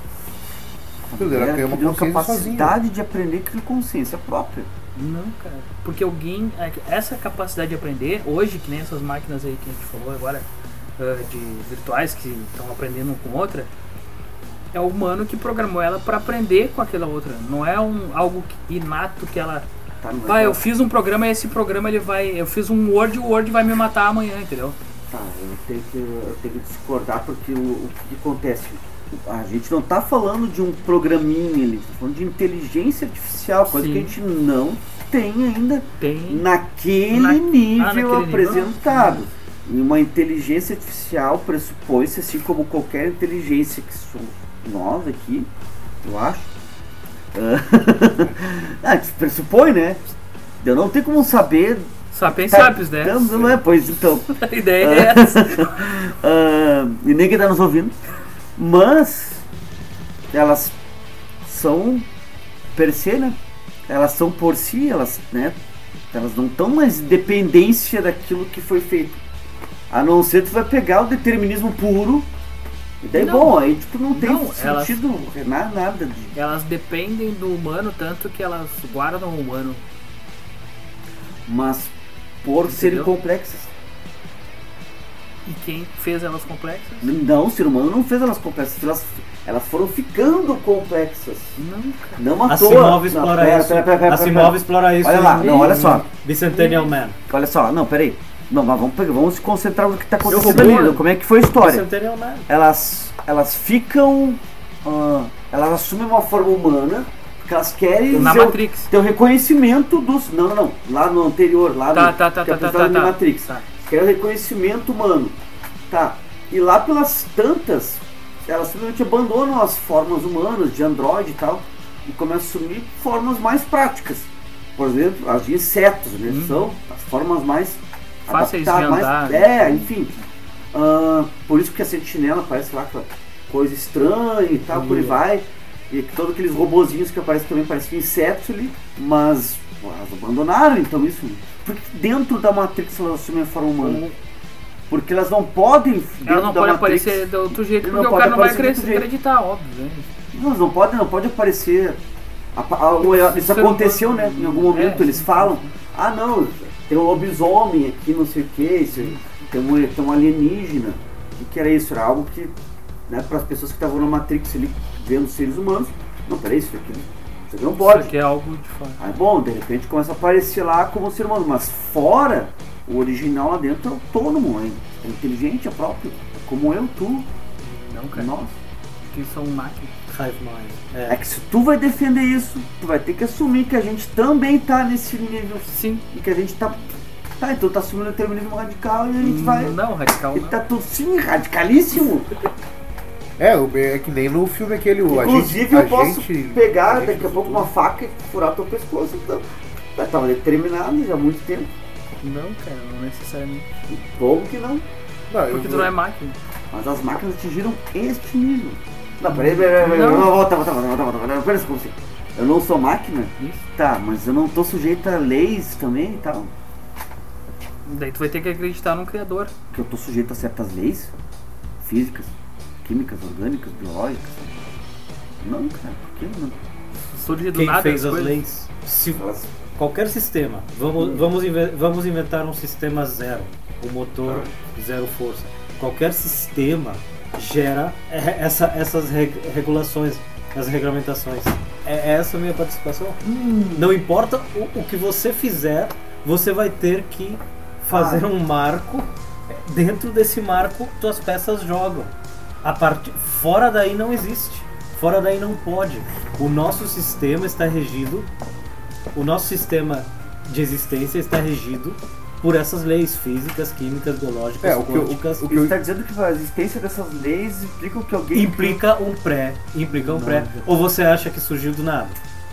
Ela Ela criou uma criou consciência capacidade de aprender com consciência própria. Não, cara. Porque alguém. Essa capacidade de aprender, hoje, que nem essas máquinas aí que a gente falou agora, uh, de virtuais que estão aprendendo um com outra, é o humano que programou ela para aprender com aquela outra. Não é um, algo inato que ela. Tá, não Vai, é- eu fiz um programa e esse programa ele vai. Eu fiz um Word e o Word vai me matar amanhã, entendeu? Tá, eu tenho que, eu tenho que discordar porque o, o que acontece? A gente não tá falando de um programinha ali, tá falando de inteligência artificial, coisa Sim. que a gente não tem ainda Tem. naquele Na- nível ah, naquele nível, apresentado. E uma inteligência artificial pressupõe-se, assim como qualquer inteligência que somos nós aqui, eu acho. Ah, que pressupõe, né? Eu não tenho como saber. Sapiens Tá- sapiens, né? Então, não é, pois então. A ideia é essa. Ah, e ninguém está nos ouvindo. Mas elas são per se, né? Elas são por si, elas, né? Elas não estão mais em dependência daquilo que foi feito. A não ser que tu vai pegar o determinismo puro. E daí, Não. bom, aí tipo, não tem Não, elas- sentido nada, nada de. Elas dependem do humano tanto que elas guardam o humano. Mas por serem Entendeu? complexas. E quem fez elas complexas? Não, o ser humano não fez elas complexas. Elas, elas foram ficando complexas. Não, cara. Não à Asimov toa. Não, explora pera, isso. pera, pera, pera, Asimov pera. explora isso. Olha lá, em- não, olha só. Bicentennial Man. Olha só, não, peraí. Não, mas vamos, pegar, vamos se concentrar no que está acontecendo robô, ali. né? Então, como é que foi a história? Bicentennial Man. Elas, elas ficam. ah, elas assumem uma forma humana, porque elas querem Na ter, o- Matrix. ter o reconhecimento dos. Não, não, não. Lá no anterior, lá Tá, no. tá, tá, que é tá, tá, apresentado tá, na tá. Matrix. Tá. Quer o reconhecimento humano. Tá. E lá pelas tantas, elas simplesmente abandonam as formas humanas de androide e tal e começam a assumir formas mais práticas. Por exemplo, as de insetos, né? Hum. São as formas mais fáceis de mais, andar. É, enfim. Uh, por isso que a sentinela parece lá aquela coisa estranha e tal, hum. por aí vai. E todos aqueles robozinhos que aparecem também parecem insetos ali. Mas pô, elas abandonaram então isso. Porque dentro da Matrix elas assumem a forma humana. Hum. Porque elas não podem. Elas não podem aparecer do outro jeito, porque o cara não vai acreditar, óbvio. Né? Não, não pode, não pode aparecer. A, a, a, isso aconteceu, né? Em algum momento é, eles falam: ah, não, tem um lobisomem aqui, não sei o que, isso, tem, um, tem um alienígena. O que era isso? Era algo que, né, para as pessoas que estavam na Matrix ali, vendo seres humanos, não, peraí, isso aqui, isso aqui não pode. Isso aqui é algo de fora. Aí, bom, de repente começa a aparecer lá como ser humano, mas fora. O original lá dentro é autônomo, é inteligente, é próprio. Como eu, tu. Não, cara. Nós. Que são máquinas. É. é que se tu vai defender isso, tu vai ter que assumir que a gente também tá nesse nível. Sim. E que a gente tá. Tá, então tá assumindo o determinismo radical e a gente hum, vai. Não, radical. E tá tudo sim, radicalíssimo. É, é que nem no filme aquele. Inclusive a gente, eu a posso gente, pegar a daqui a pouco uma faca e furar teu pescoço. Então. Já tava determinado já há muito tempo. Não, cara, não necessariamente. Como que não? Não, porque eu, tu não é máquina. Mas as máquinas atingiram este nível. Não, peraí, peraí, peraí, não, volta, volta, volta, volta, volta, peraí, como assim? Eu não sou máquina? Isso. Tá, mas eu não tô sujeito a leis também e tal. Daí tu vai ter que acreditar num criador. Que eu tô sujeito a certas leis? Físicas, químicas, orgânicas, biológicas? Não, cara, por que não? Surge do Quem nada fez as coisas. leis? Se qualquer sistema, vamos, vamos, vamos inventar um sistema zero, um motor zero força. Qualquer sistema gera essa, essas regulações, as regulamentações. É essa a minha participação. Hum. Não importa o, o que você fizer, você vai ter que fazer ah. um marco. Dentro desse marco, tuas peças jogam. A part... Fora daí não existe. Fora daí não pode. O nosso sistema está regido, o nosso sistema de existência está regido por essas leis físicas, químicas, biológicas, é, o O quânticas. que, o que você está dizendo que a existência dessas leis implica que alguém... Implica um pré. Implica um pré. Ou você acha que surgiu do nada?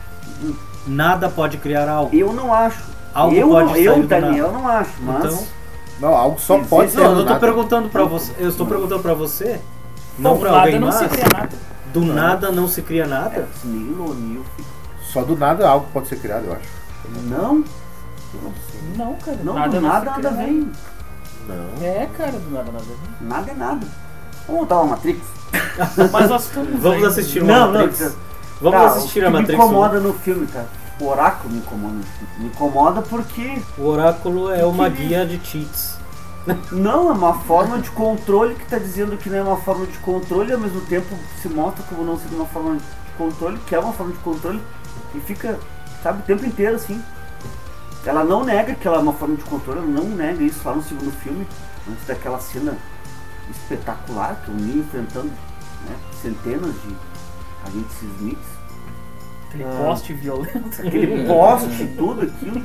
Nada pode criar algo. Eu não acho. Algo eu, pode não, eu Daniel, nada. não acho, mas... Então, não, algo só existe, pode ser. Não, eu estou nada. perguntando para você. Eu estou perguntando para você. Não, não para nada alguém não mais. se cria nada. Do não. nada não se cria nada? É, Nilo, Nilo. Só do nada algo pode ser criado, eu acho. Não. Não, cara. Não, nada do não nada nada vem. Não. É, cara, do nada nada vem. Nada é nada. Vamos montar uma Matrix? Mas nós estamos Vamos aí. assistir uma Não, Matrix. não. Vamos Tá, assistir o a que Matrix. me incomoda no filme, cara. O oráculo me incomoda no filme. Me incomoda porque... O oráculo é uma Que- guia de cheats. Não, é uma forma de controle que está dizendo que não é uma forma de controle e ao mesmo tempo se mostra como não sendo uma forma de controle, que é uma forma de controle e fica, sabe, o tempo inteiro assim. Ela não nega que ela é uma forma de controle, ela não nega isso lá no segundo filme, antes daquela cena espetacular que o Neo enfrentando, né, centenas de agentes Smiths. Aquele Ah. poste violento. Aquele poste, tudo aquilo.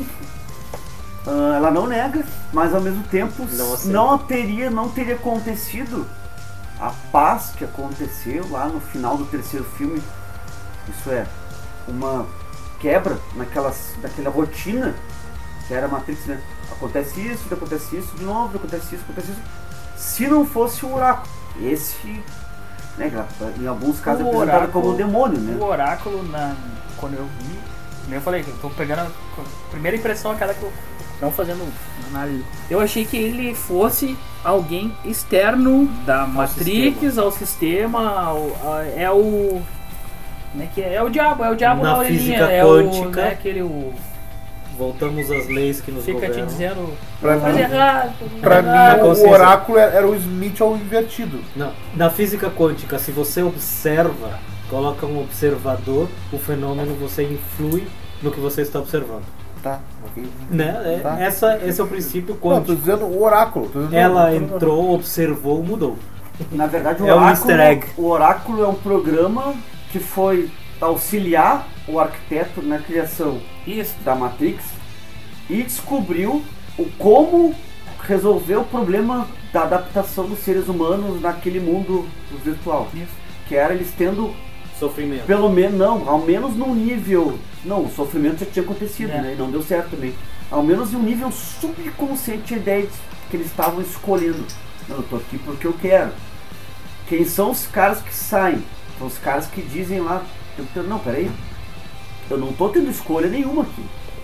Ah, ela não nega, mas ao mesmo tempo Não aceita. não teria, não teria acontecido a paz que aconteceu lá no final do terceiro filme. Isso é, uma quebra naquelas, naquela rotina que era a Matrix, né? Acontece isso, acontece isso, de novo, acontece isso, acontece isso. Se não fosse o oráculo, esse, né, em alguns casos é O apresentado oráculo- como o demônio, né? O oráculo, na, quando eu vi, como eu falei, eu tô pegando a a primeira impressão, aquela que eu, não fazendo análise, eu achei que ele fosse alguém externo da Matrix, sistema. ao sistema, ao, a- é o... Como é que é? É o diabo, é o diabo Na na orelhinha, física é o... quântica, Né, aquele... O, Voltamos às leis que nos fica te governam. dizendo... Pra faz mim- errado, Pra faz mim, errado. o consciência. oráculo era o Smith ao invertido. Não. Na física quântica, se você observa, coloca um observador, o fenômeno você influi no que você está observando. Tá, ok. Né? É- Tá. Essa, esse é o princípio Não, tô quântico. dizendo o oráculo. Tô dizendo Ela tô- entrou, observou, mudou. Na verdade, o É um oráculo, easter egg. o oráculo é um programa que foi auxiliar o arquiteto na criação Isso. da Matrix e descobriu o como resolver o problema da adaptação dos seres humanos naquele mundo virtual. Isso. Que era eles tendo, Sofrimento. pelo menos, não, ao menos num nível, não, o sofrimento já tinha acontecido, É. né, e não deu certo também. Ao menos em um nível subconsciente, a ideia de que eles estavam escolhendo. Não, eu tô aqui porque eu quero. Quem são os caras que saem? São os caras que dizem lá, não, peraí, eu não tô tendo escolha nenhuma aqui.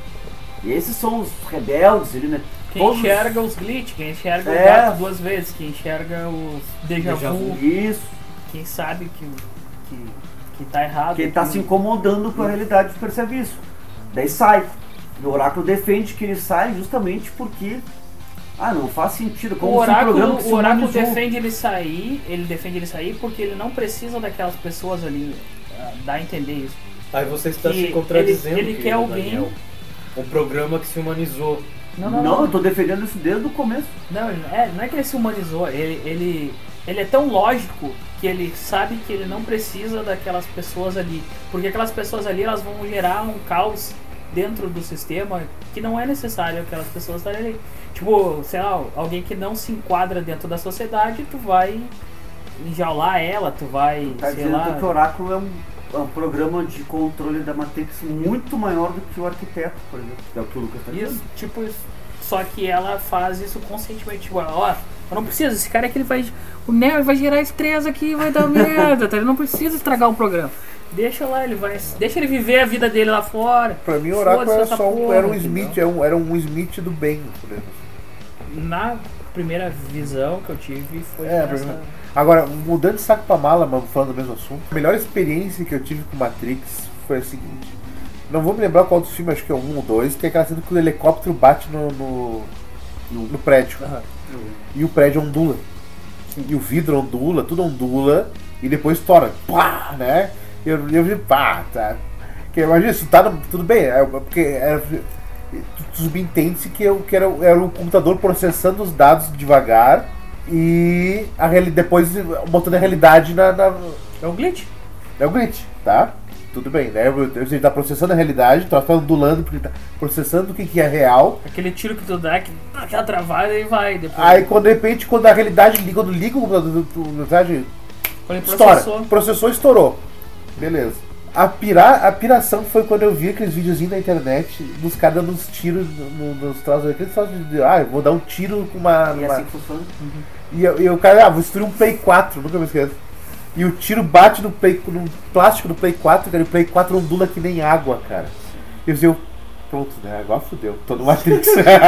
E esses são os rebeldes, ele, né? Quem Todos- enxerga os glitch, quem enxerga É. o gato duas vezes, quem enxerga os déjà Déjà vu, vu. Isso. quem sabe que, que, que tá errado. Quem tá aquilo. se incomodando com a realidade percebe isso. Daí sai. E o Oráculo defende que ele sai justamente porque, ah, não faz sentido. Como O se um oráculo, programa que se o oráculo humanizou. defende ele sair, ele defende ele sair porque ele não precisa daquelas pessoas ali, ah, dá a entender isso. Aí você está Que se contradizendo, ele- ele quer querido alguém- Daniel. Um programa que se humanizou. Não, Não, não, não. eu tô defendendo isso desde o começo. Não, ele- é, não é que ele se humanizou, ele, ele, ele é tão lógico que ele sabe que ele não precisa daquelas pessoas ali. Porque aquelas pessoas ali elas vão gerar um caos dentro do sistema que não é necessário aquelas pessoas estarem ali. Tipo, sei lá, alguém que não se enquadra dentro da sociedade, tu vai enjaular ela, tu vai, Tá sei dizendo lá. que o Oráculo é um, é um programa de controle da Matrix muito maior do que o Arquiteto, por exemplo. É o que o Lucas tá dizendo. Isso, tipo isso. Só que ela faz isso conscientemente. Tipo, ó, eu não preciso, esse cara aqui ele vai. O Neo vai gerar estresse aqui e vai dar merda, tá? Ele não precisa estragar o programa. Deixa lá, ele vai. Deixa ele viver a vida dele lá fora. Pra mim o Oráculo Foda-se era essa só um, porra, era um entendeu? Smith, era um, era um Smith do bem, por exemplo. Na primeira visão que eu tive foi É, essa. pra- Agora, mudando de saco pra mala, mas falando do mesmo assunto, a melhor experiência que eu tive com Matrix foi a seguinte. Não vou me lembrar qual dos filmes, acho que é um ou dois, que é aquela cena que o helicóptero bate no, no, no, no prédio. E o prédio ondula. E o vidro ondula, tudo ondula, e depois estoura. Pá, né? E eu, eu vi, pá, tá. Que, imagina, isso tá no, tudo bem, é, porque era, subentende-se que, eu, que era, era o computador processando os dados devagar e a reali- depois botando a realidade na, na, É um glitch. é o glitch, tá? Tudo bem, né? Ele tá processando a realidade, então ela tá ondulando porque ele tá processando o que, que é real. Aquele tiro que tu dá, que dá aquela travada e vai. Depois, Aí quando de repente, quando a realidade liga, quando liga o computador, a mensagem quando ele estoura. processou. Processou, estourou. Beleza. A, pira, a piração foi quando eu vi aqueles videozinhos na internet dos caras dando uns tiros no- nos troços. Aqueles troços de, ah, eu vou dar um tiro com uma... E é uma- assim que funciona. E, eu- e o cara, ah, vou destruir um Play quatro, nunca me esqueço. E o tiro bate no, play, no plástico do Play quatro, cara, e o Play quatro ondula que nem água, cara. E eu dizia, pronto, né, agora fudeu, tô no Matrix.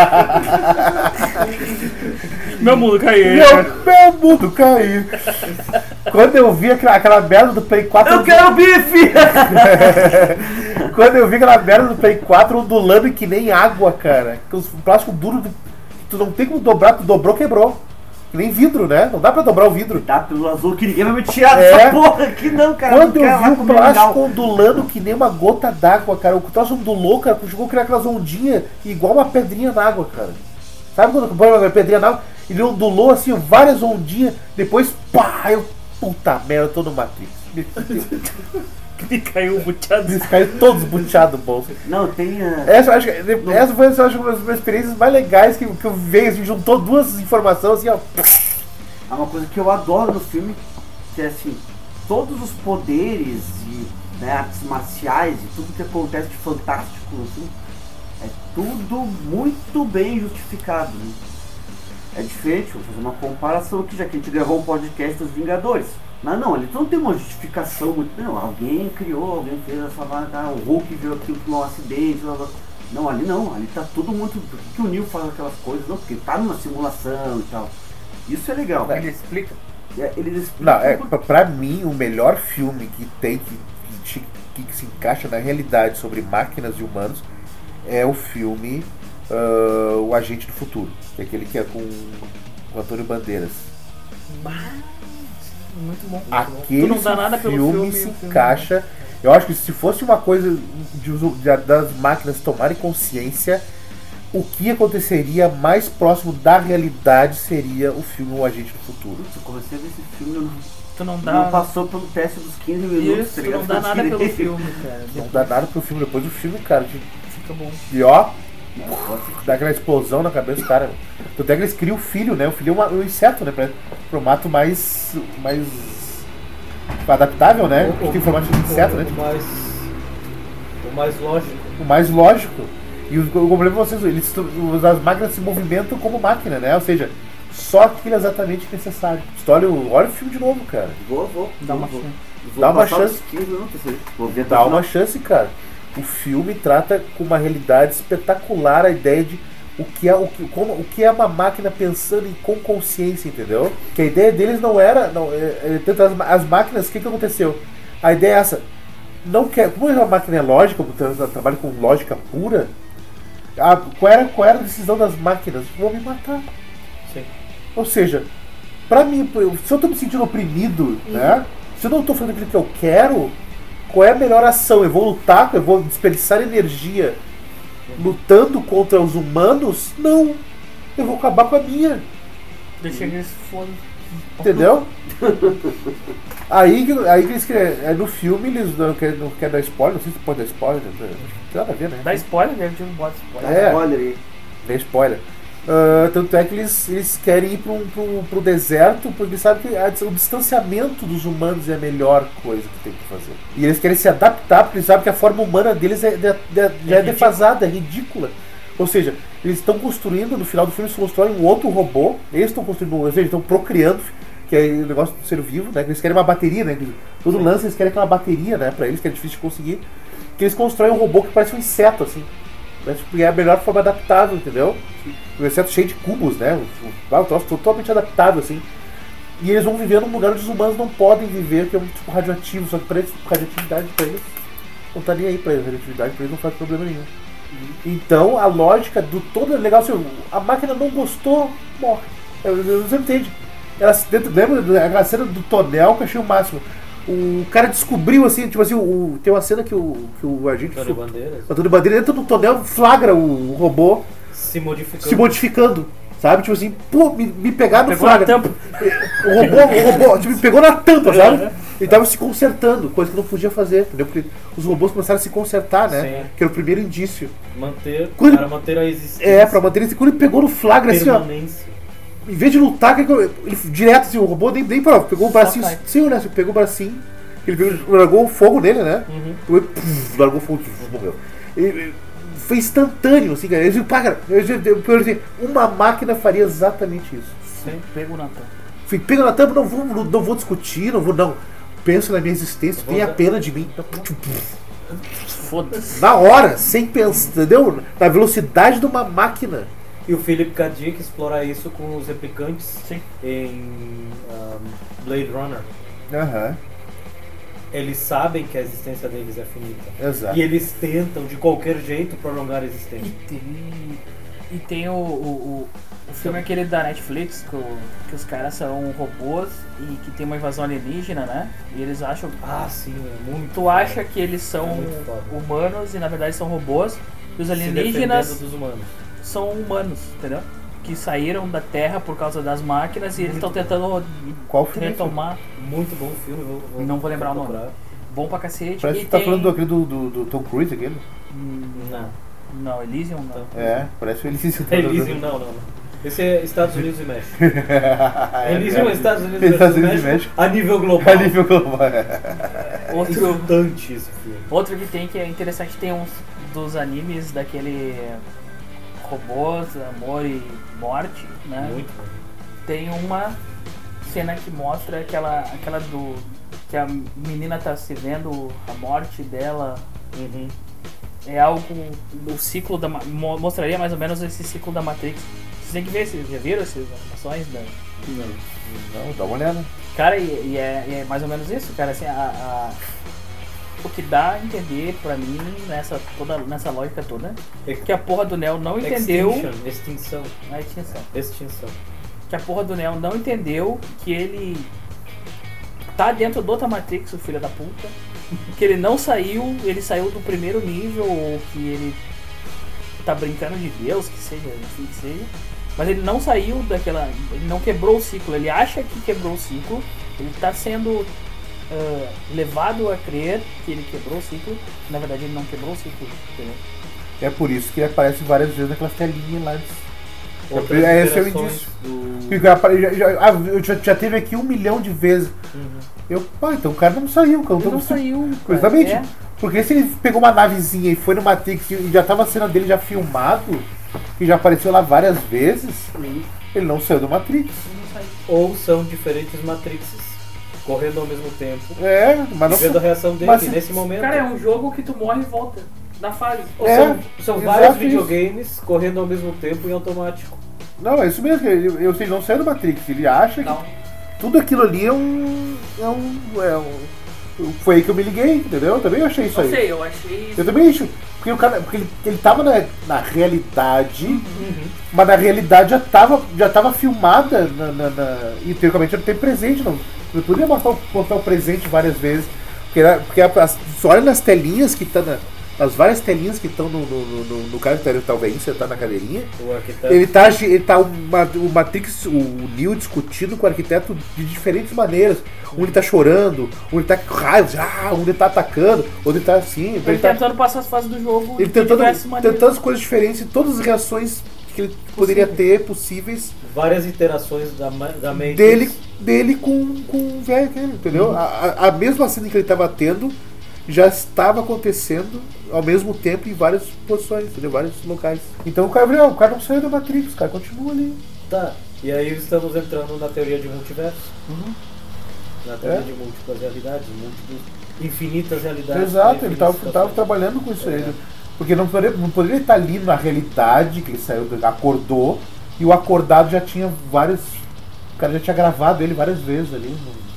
Meu mundo caiu. meu, meu mundo caiu. Quando eu vi aquela, aquela merda do Play quatro... Eu quero bife! Quando eu vi aquela merda do Play quatro ondulando que nem água, cara. Com os- o plástico duro, tu não tem como dobrar, tu dobrou, quebrou. Que nem vidro, né? Não dá pra dobrar o vidro. Dá pelo azul que ninguém vai me tirar É. dessa porra aqui não, cara. Quando não eu quero vi lá o comer plástico mingau. ondulando que nem uma gota d'água, cara, o troço ondulou, cara, chegou a criar aquelas ondinhas igual uma pedrinha d'água, cara. Sabe quando põe uma pedrinha d'água? Ele ondulou assim, várias ondinhas, depois pá, eu, puta merda, eu tô no Matrix. Me fudeu. Me caiu buteado. Eles caíram todos buteados no bolso. Não, tem. Uh, Essa, eu acho, que- essa foi eu acho, uma das minhas experiências mais legais que, que eu vi, assim, juntou duas informações assim, ó. é uma coisa que eu adoro no filme, que é assim, todos os poderes e né, artes marciais e tudo que acontece de fantástico, assim, é tudo muito bem justificado. Né? É diferente, vou fazer uma comparação aqui, já que a gente gravou um podcast dos Vingadores. Mas não, ele não tem uma justificação muito. Não, alguém criou, alguém fez essa vaga, o Hulk viu aquilo num acidente, blá, blá. Não, ali não, ali tá tudo muito. Por que, que o Neo faz aquelas coisas? Não, porque ele tá numa simulação e tal. Isso é legal. Ele explica. É, eles explicam Não, é, por- pra, pra mim, o melhor filme que tem, que, que, que- que se encaixa na realidade sobre máquinas e humanos, é o filme ah, O Agente do Futuro. Que é aquele que é com o Antônio Bandeiras. Muito bom. Aquele Tu não dá nada pelo filme, filme, se o filme- encaixa. Eu acho que se fosse uma coisa de uso de- das máquinas tomarem consciência, o que aconteceria mais próximo da realidade seria o filme O Agente do Futuro. Putz, eu comecei a ver esse filme, eu não, Tu não não dá. passou pelo teste dos quinze minutos. Isso, tá tu ligado? não dá Eu nada tirei. pelo filme, cara. Não dá nada pro filme, depois do filme, cara. De, Fica bom. e ó, Não, pode- dá aquela explosão na cabeça do cara. Tanto é que eles criam o filho, né? O filho é uma- um inseto, né? Pra, pro mato mais. mais. adaptável, né? O- Tem formato de inseto, o, né? O mais, o mais lógico. O mais lógico. E o, o problema é vocês, eles, as máquinas se movimentam como máquina, né? Ou seja, só aquilo é exatamente necessário. Olha, o- olha o filme de novo, cara. Vou, vou. Dá vou, uma vou. chance. Vou Dá uma passar chance. uns quinze minutos aí. Vou ver até Dá o uma final. chance, cara. O filme trata com uma realidade espetacular a ideia de o que é, o que, como, o que é uma máquina pensando em, com consciência, entendeu? Que a ideia deles não era. Não, é, é, tanto as, as máquinas, o que, que aconteceu? A ideia é essa. Não quer, como a máquina é lógica, como tra- trabalha com lógica pura, a, qual, era, qual era a decisão das máquinas? Vão me matar. Sim. Ou seja, pra mim, eu- se eu tô me sentindo oprimido, né? Se eu não tô fazendo aquilo que eu quero, qual é a melhor ação? Eu vou lutar, eu vou desperdiçar energia lutando contra os humanos? Não. Eu vou acabar com a minha. Deixa eles foda. Entendeu? Aí, que- aí que eles querem. aí no filme eles não querem, não querem dar spoiler, não sei se pode dar spoiler, né? Acho que não tem nada a ver, né? Dá spoiler, né? A gente não bota spoiler. É. Olha aí. Tem spoiler. Ah, tanto é que eles, eles querem ir pro, pro, pro deserto, porque eles sabem que a- o distanciamento dos humanos é a melhor coisa que tem que fazer. E eles querem se adaptar, porque eles sabem que a forma humana deles é, de- de- já é, defasada, é ridícula. Ou seja, eles estão construindo, no final do filme, eles constroem um outro robô, eles estão construindo, ou seja, estão procriando, que é o negócio do ser vivo, né? Eles querem uma bateria, né? Todo lance eles querem aquela bateria, né? Pra eles, que é difícil de conseguir. Que eles constroem um robô que parece um inseto, assim. Mas, porque é a melhor forma adaptável, entendeu? Um inseto cheio de cubos, né? Um, um troço totalmente adaptável, assim. E eles vão viver num lugar onde os humanos não podem viver, que é um tipo radioativo, só que pra eles, radioatividade pra eles não tá nem aí pra eles, radioatividade pra eles não faz problema nenhum. Então a lógica do todo é legal, assim, a máquina não gostou, morre. Você não entende. Ela, dentro, lembra aquela cena do tonel que eu achei o máximo. O cara descobriu assim, tipo assim, o, o- tem uma cena que o, que o agente Antônio Bandeiras. o Antônio Bandeira dentro do tonel flagra o, o robô Se modificando. se modificando. Sabe? Tipo assim, pô, me, me pegaram no Pegou na flagra. tampa. O robô, o robô, tipo, me pegou na tampa, sabe? Ele tava se consertando, coisa que não podia fazer, entendeu? Porque os robôs começaram a se consertar, né? Sim. Que era o primeiro indício. Manter, Quando- para manter a existência. É, pra manter ele. Quando ele pegou no flagra, assim, ó. permanência. Em vez de lutar, que ele, ele direto assim, o robô nem, nem parou, pegou o Só bracinho, cai. sim, né? Pegou o bracinho, ele pegou, largou o fogo nele, né? Uhum. Pegou, puf, largou o fogo, puf, morreu. E, e, foi instantâneo, assim, cara. Eu digo, pá, cara, eu, eu, eu, eu, eu, uma máquina faria exatamente isso. Sim, pego na tampa. Fui pego na tampa, não vou, não vou discutir, não vou, não. Penso na minha existência, Vou tenha dar- pena de mim. Foda-se. Na hora, sem pensar, entendeu? Na velocidade de uma máquina. E o Philip K. Dick explora isso com os replicantes Sim. em um, Blade Runner. Aham, Eles sabem que a existência deles é finita. exato. E eles tentam, de qualquer jeito, prolongar a existência. E tem, e tem o, o, o, o filme aquele da Netflix, que, o- que os caras são robôs e que tem uma invasão alienígena, né? E eles acham. Ah, sim, é muito Tu foda. acha que eles são É muito foda. humanos e na verdade são robôs. E os Se alienígenas defendendo dos humanos. são humanos, entendeu? Que saíram da Terra por causa das máquinas e eles estão tentando Qual filme é esse? retomar. Muito bom filme. Vou, vou, Não vou lembrar o nome. procurar. Bom pra cacete. Parece e que tá tem... falando do, aquele do, do, do Tom Cruise, aquele. Hum, Não. Não, Elysium não. É, parece o Elysium. Elysium, não, não, não. Esse é Estados Unidos e México. é, Elysium é Estados Unidos, Estados e Unidos e México a nível global. A nível global. Outro, Insultante esse filme. outro que tem que é interessante, tem uns dos animes daquele robôs, amor e morte, né? Muito bom. Tem uma cena que mostra aquela, aquela do que a menina tá se vendo a morte dela. Uhum. É algo, o ciclo da Ma- mo- mostraria mais ou menos esse ciclo da Matrix. Vocês têm que ver, vocês já viram essas animações da... Não, dá uma olhada. Cara, e, e é, e é mais ou menos isso, cara, assim, a, a- o que dá a entender pra mim nessa, toda, nessa lógica toda é que a porra do Neo não entendeu Extinction, extinção. a extinção. Extinção. Que a porra do Neo não entendeu que ele tá dentro do outra Matrix, o filho da puta. Que ele não saiu, ele saiu do primeiro nível, ou que ele tá brincando de Deus, que seja, enfim, que seja. Mas ele não saiu daquela. Ele não quebrou o ciclo, ele acha que quebrou o ciclo, ele tá sendo ah, levado a crer que ele quebrou o ciclo, na verdade ele não quebrou o ciclo, entendeu? É por isso que ele aparece várias vezes naquelas telinhas lá. Outras É, esse é o interações indício. do- E já, já, já, ah, eu já, já teve aqui um milhão de vezes. Uhum. Eu, pá, então o cara não saiu. Cara, Ele não saiu. cara. Exatamente. É. Porque se ele pegou uma navezinha e foi no Matrix e já tava a cena dele já filmado, que já apareceu lá várias vezes, ele não saiu do Matrix. Ou são diferentes Matrixes, correndo ao mesmo tempo, É, mas não. vendo a reação dele mas se- nesse momento. Cara, é um jogo que tu morre e volta da fase. Ou É, são, são exato vários isso. videogames correndo ao mesmo tempo em automático. Não, é isso mesmo. Ele, eu sei, não saiu do Matrix. Ele acha que Não. tudo aquilo ali é um. É um. É um foi aí que eu me liguei, entendeu? Eu também achei isso Não aí. sei, eu achei isso. Eu também acho. Porque o cara. Porque ele, ele tava na, na realidade, Uhum. mas na realidade já tava, já tava filmada na, na, na- e teoricamente não tem presente, não. Eu poderia mostrar, o- mostrar o presente várias vezes. Porque, era- porque as, só olha nas telinhas que tá na. As várias telinhas que estão no, no, no, no cara que tá, tá o velhinho sentado na cadeirinha. O arquiteto. Ele tá, ele tá uma, o Matrix, o Neo discutindo com o arquiteto de diferentes maneiras. Um ele tá chorando, um ele tá com raiva, ah, um ele tá atacando, outro ele tá assim. Ele tá, tentando passar as fases do jogo ele de tentando, diversas maneiras. tentando as coisas diferentes, todas as reações que ele poderia ter possíveis Várias iterações da, ma- da Matrix. dele, dele com, com o velho, aquele, entendeu? Uhum. A, a- a mesma cena que ele tava tendo já estava acontecendo ao mesmo tempo em várias posições, entendeu? Vários locais. Então o cara, não, o cara não saiu da Matrix, o cara continua ali. Tá, e aí estamos entrando na teoria de multiverso. Uhum. Na teoria É. de múltiplas realidades, múltiplas, infinitas realidades. Exato, ele tava, infinitas tava situações. trabalhando com isso aí. É. Porque não poderia, não poderia estar ali na realidade, que ele saiu, acordou, e o acordado já tinha vários. O cara já tinha gravado ele várias vezes ali.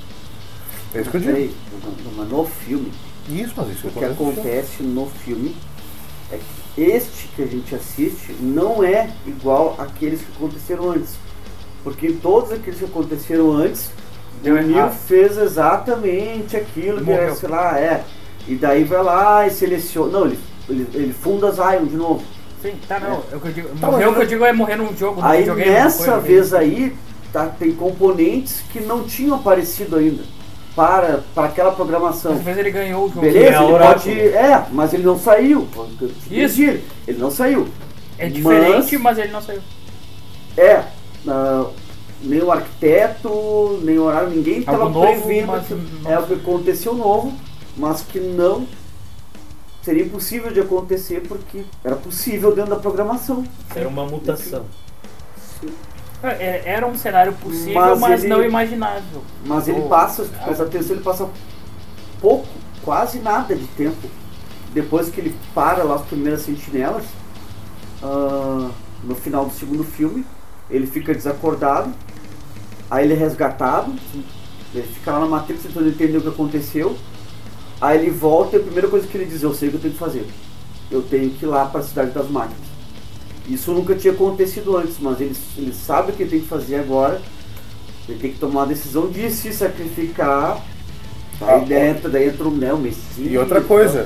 no- É isso que eu digo. Peraí, mas no filme, Isso, mas isso o que eu tô dizendo. acontece no filme é que este que a gente assiste não é igual àqueles que aconteceram antes. Porque em todos aqueles que aconteceram antes, Deu o Neo errado. fez exatamente aquilo que era, Morreu. sei lá, é. E daí vai lá e seleciona. Não, ele, ele, ele funda Zion de novo. Sim, tá, não. É o que eu digo. Tá, Morrer mas o que eu digo é morrer num jogo, num Aí videogame. uma nessa coisa, vez aí, tá, tem componentes que não tinham aparecido ainda para, para aquela programação. Às vezes ele ganhou o jogo. Beleza, é a ele Oráculo. pode. É, mas ele não saiu. Isso. Ele não saiu. É diferente, Mas- mas ele não saiu. É. ah, nem o arquiteto, nem o horário, ninguém estava Algo novo, prevendo mas que não- é o que aconteceu novo, mas que não seria impossível de acontecer porque era possível dentro da programação. Era uma mutação. É, Era um cenário possível, Mas mas, ele- não imaginável. Mas ele Oh. passa, se tu prestar atenção, ele passa pouco, quase nada de tempo. Depois que ele para lá as primeiras sentinelas, ah, no final do segundo filme, ele fica desacordado, aí ele é resgatado, ele fica lá na Matrix tentando entender o que aconteceu, aí ele volta e a primeira coisa que ele diz, eu sei o que eu tenho que fazer. Eu tenho que ir lá para a Cidade das Máquinas. Isso nunca tinha acontecido antes, mas ele, ele sabe o que ele tem que fazer agora. Ele tem que tomar a decisão de se sacrificar. Aí Ah, entra, daí entra o né, o Messias. E outra coisa.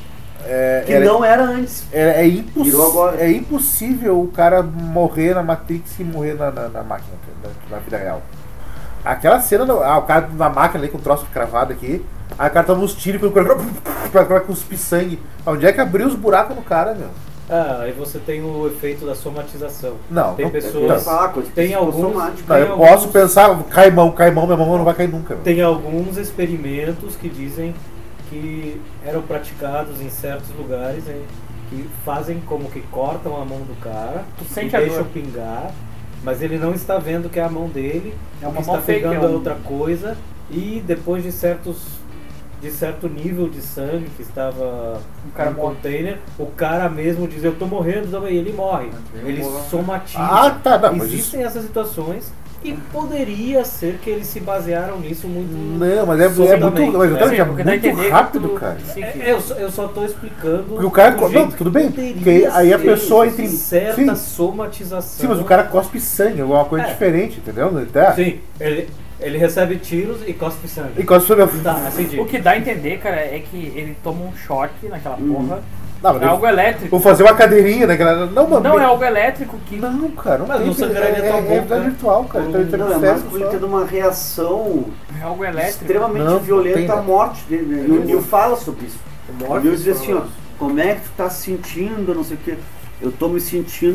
É, Que era- não era antes. é, é, imposs- Virou agora. é impossível o cara morrer na Matrix e morrer na, na, na máquina, na, na vida real. Aquela cena, do- ah, o cara na máquina ali com o troço cravado aqui, aí o cara toma uns tiros com o cara pra cuspir sangue. Onde é que abriu os buracos no cara, meu? Ah, aí você tem o efeito da somatização. Não, Tem não- pessoas- não. Falar, coisa Tem psicossomática. alguns- Não, tem eu alguns- posso pensar, cai mão, cai mão, minha mão não vai cair nunca. meu. Tem alguns experimentos que dizem que eram praticados em certos lugares hein, que fazem como que cortam a mão do cara Tu e sente a deixam dor. pingar, mas ele não está vendo que é a mão dele, É o uma que está mão fake, pegando é um- é outra coisa, e depois de certos de certo nível de sangue que estava O cara no morre. container, o cara mesmo diz eu tô morrendo também, e ele morre. Ele morre. somatiza. Ah, tá, não, mas Existem essas situações e poderia ser que eles se basearam nisso muito. Não, mas é, é Soltamente, muito, mas eu né? tava Sim, já porque dá a muito entender que rápido, tu- cara. Sim, que- É, eu, só, eu só tô explicando. Porque o cara. do Não, jeito tudo bem. que Porque aí a poderia pessoa ser, entra em. certa Sim, somatização. sim, mas o cara cospe sangue, alguma coisa É. diferente, entendeu? Tá? Sim, ele, ele recebe tiros e cospe sangue. E cospe sangue. Tá, assim O que dá a entender, cara, é que ele toma um choque naquela porra. Não, mas É eu- algo elétrico. Vou fazer uma cadeirinha naquela. Não, mano. Não, é algo elétrico que. Não, cara, não Mas tem. não sangraria é, tua é, é boca, realidade né? virtual, cara. Então ele tá Não, no é mais cérebro por ele só. tendo uma reação É algo elétrico. extremamente Não, não violenta tem, à né? morte dele. Né? E o Neil fala sobre isso. O Morpheus Neil diz assim, ó, fala isso. como é que tu tá se sentindo, não sei o que. Eu tô me sentindo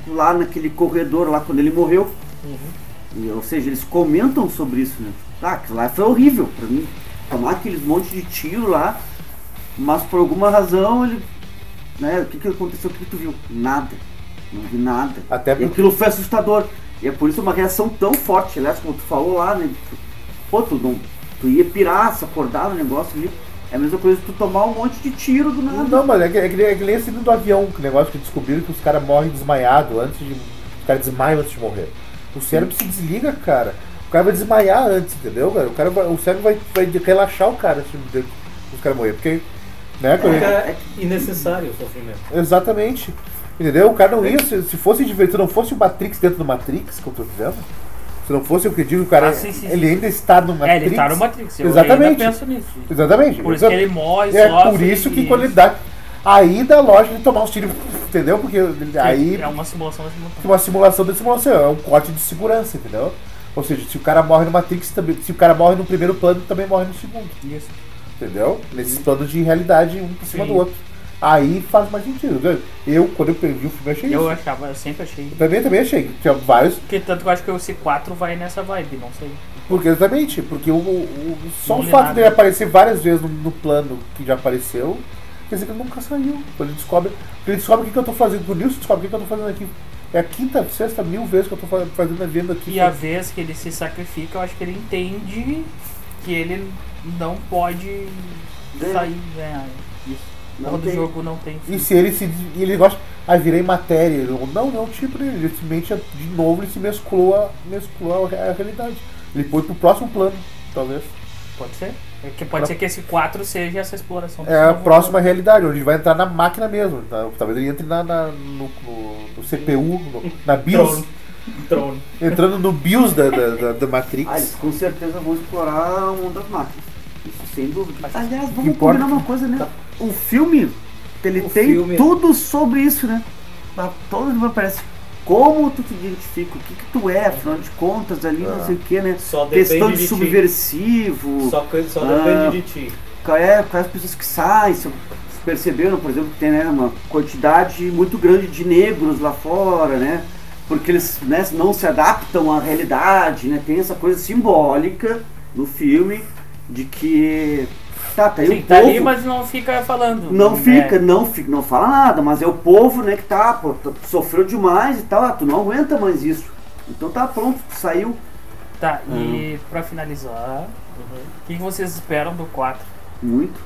lá naquele corredor, lá quando ele morreu. Uhum. E, ou seja, eles comentam sobre isso, né? Ah, aquilo lá foi horrível pra mim. Tomar aqueles montes de tiro lá, mas por alguma razão ele. Né, o que, que aconteceu? O que, que tu viu? Nada. Não vi nada. Até E porque- aquilo foi assustador. E é por isso uma reação tão forte, aliás, como tu falou lá, né? Pô, tu, não, tu ia pirar, se acordar no negócio ali. É a mesma coisa que tu tomar um monte de tiro do nada. Não, mas é que, é que, nem- é que nem esse do avião, que negócio que descobriram que os caras morrem desmaiados antes de. Os caras desmaiam antes de morrer. O cérebro se desliga, cara. O cara vai desmaiar antes, entendeu, cara? O, cara vai, o cérebro vai, vai relaxar o cara se os caras morrerem. Porque. Né, quando ele- É innecessário o sofrimento. Exatamente. Entendeu? O cara não ia, se, se fosse divertido, se não fosse o Matrix dentro do Matrix, que eu tô dizendo, se não fosse o que eu digo, o cara, Ah, sim, sim, ele sim. ainda está no Matrix. É, ele tá no Matrix. Eu Exatamente. ainda penso nisso. Exatamente. Por isso que ele morre, É sofre por isso que e- quando ele dá. Aí dá lógica de tomar uns tiros, entendeu? Porque ele- aí É uma simulação da simulação. uma simulação da simulação, é um corte de segurança, entendeu? Ou seja, se o cara morre no Matrix, também, se o cara morre no primeiro plano, também morre no segundo. Isso. Entendeu? Nesses planos de realidade, um por cima Sim. do outro. Aí faz mais sentido. Entendeu? Eu, quando eu vi o filme, eu achei Eu isso. achava, eu sempre achei. Eu também, também achei. Tinha vários. Porque tanto que eu acho que o C quatro vai nessa vibe, não sei. Porque exatamente, porque o, o- só Não o li fato nada. dele aparecer várias vezes no, no plano que já apareceu, quer dizer que ele nunca saiu. Quando ele descobre, quando ele descobre o que, que eu tô fazendo, quando o Nilson descobre o que, que eu tô fazendo aqui. É a quinta, sexta, mil vezes que eu tô fa- fazendo a venda aqui. E a vez que ele se sacrifica, eu acho que ele entende que ele não pode Ganhar. sair e ganhar. Isso. Não Todo tem. jogo não tem. E se ele se. E ele gosta. Ah, virei matéria. Ele, não, não, tipo, ele simplesmente, de novo, ele se mesclou a, mesclou a, a realidade. Ele foi pro próximo plano, talvez. Pode ser? É que pode ser que esse quatro seja essa exploração. desse É a novo próxima realidade, onde ele vai entrar na máquina mesmo. Tá? Talvez ele entre na, na- no, no- no C P U, no- na BIOS. Trono. Trono. Entrando no BIOS da, da, da, da Matrix. Ah, eles com certeza vão explorar o mundo das máquinas. Isso sem dúvida. Aliás, Que vamos importa combinar uma coisa, né? O filme, ele O tem filme- tudo sobre isso, né? Mas todo mundo parece como tu te identifica, o que que tu é, afinal de contas, ali, não sei o que, né? Só depende Questão de, de ti. subversivo. Só, que- só Ah. depende de ti. Qual é, quais as pessoas que saem, se perceberam, por exemplo, que tem, né, uma quantidade muito grande de negros lá fora, né? Porque eles, né, não se adaptam à realidade, né? Tem essa coisa simbólica no filme de que tá, tá aí Sim, o tá povo ali, mas não fica falando. não né? fica, não fica, não fala nada, mas é o povo, né, que tá, pô, tá- sofreu demais e tal, ah, tu não aguenta mais isso. Então tá pronto, saiu. Tá, Uhum. e pra finalizar, o que que vocês esperam do quatro? Muito.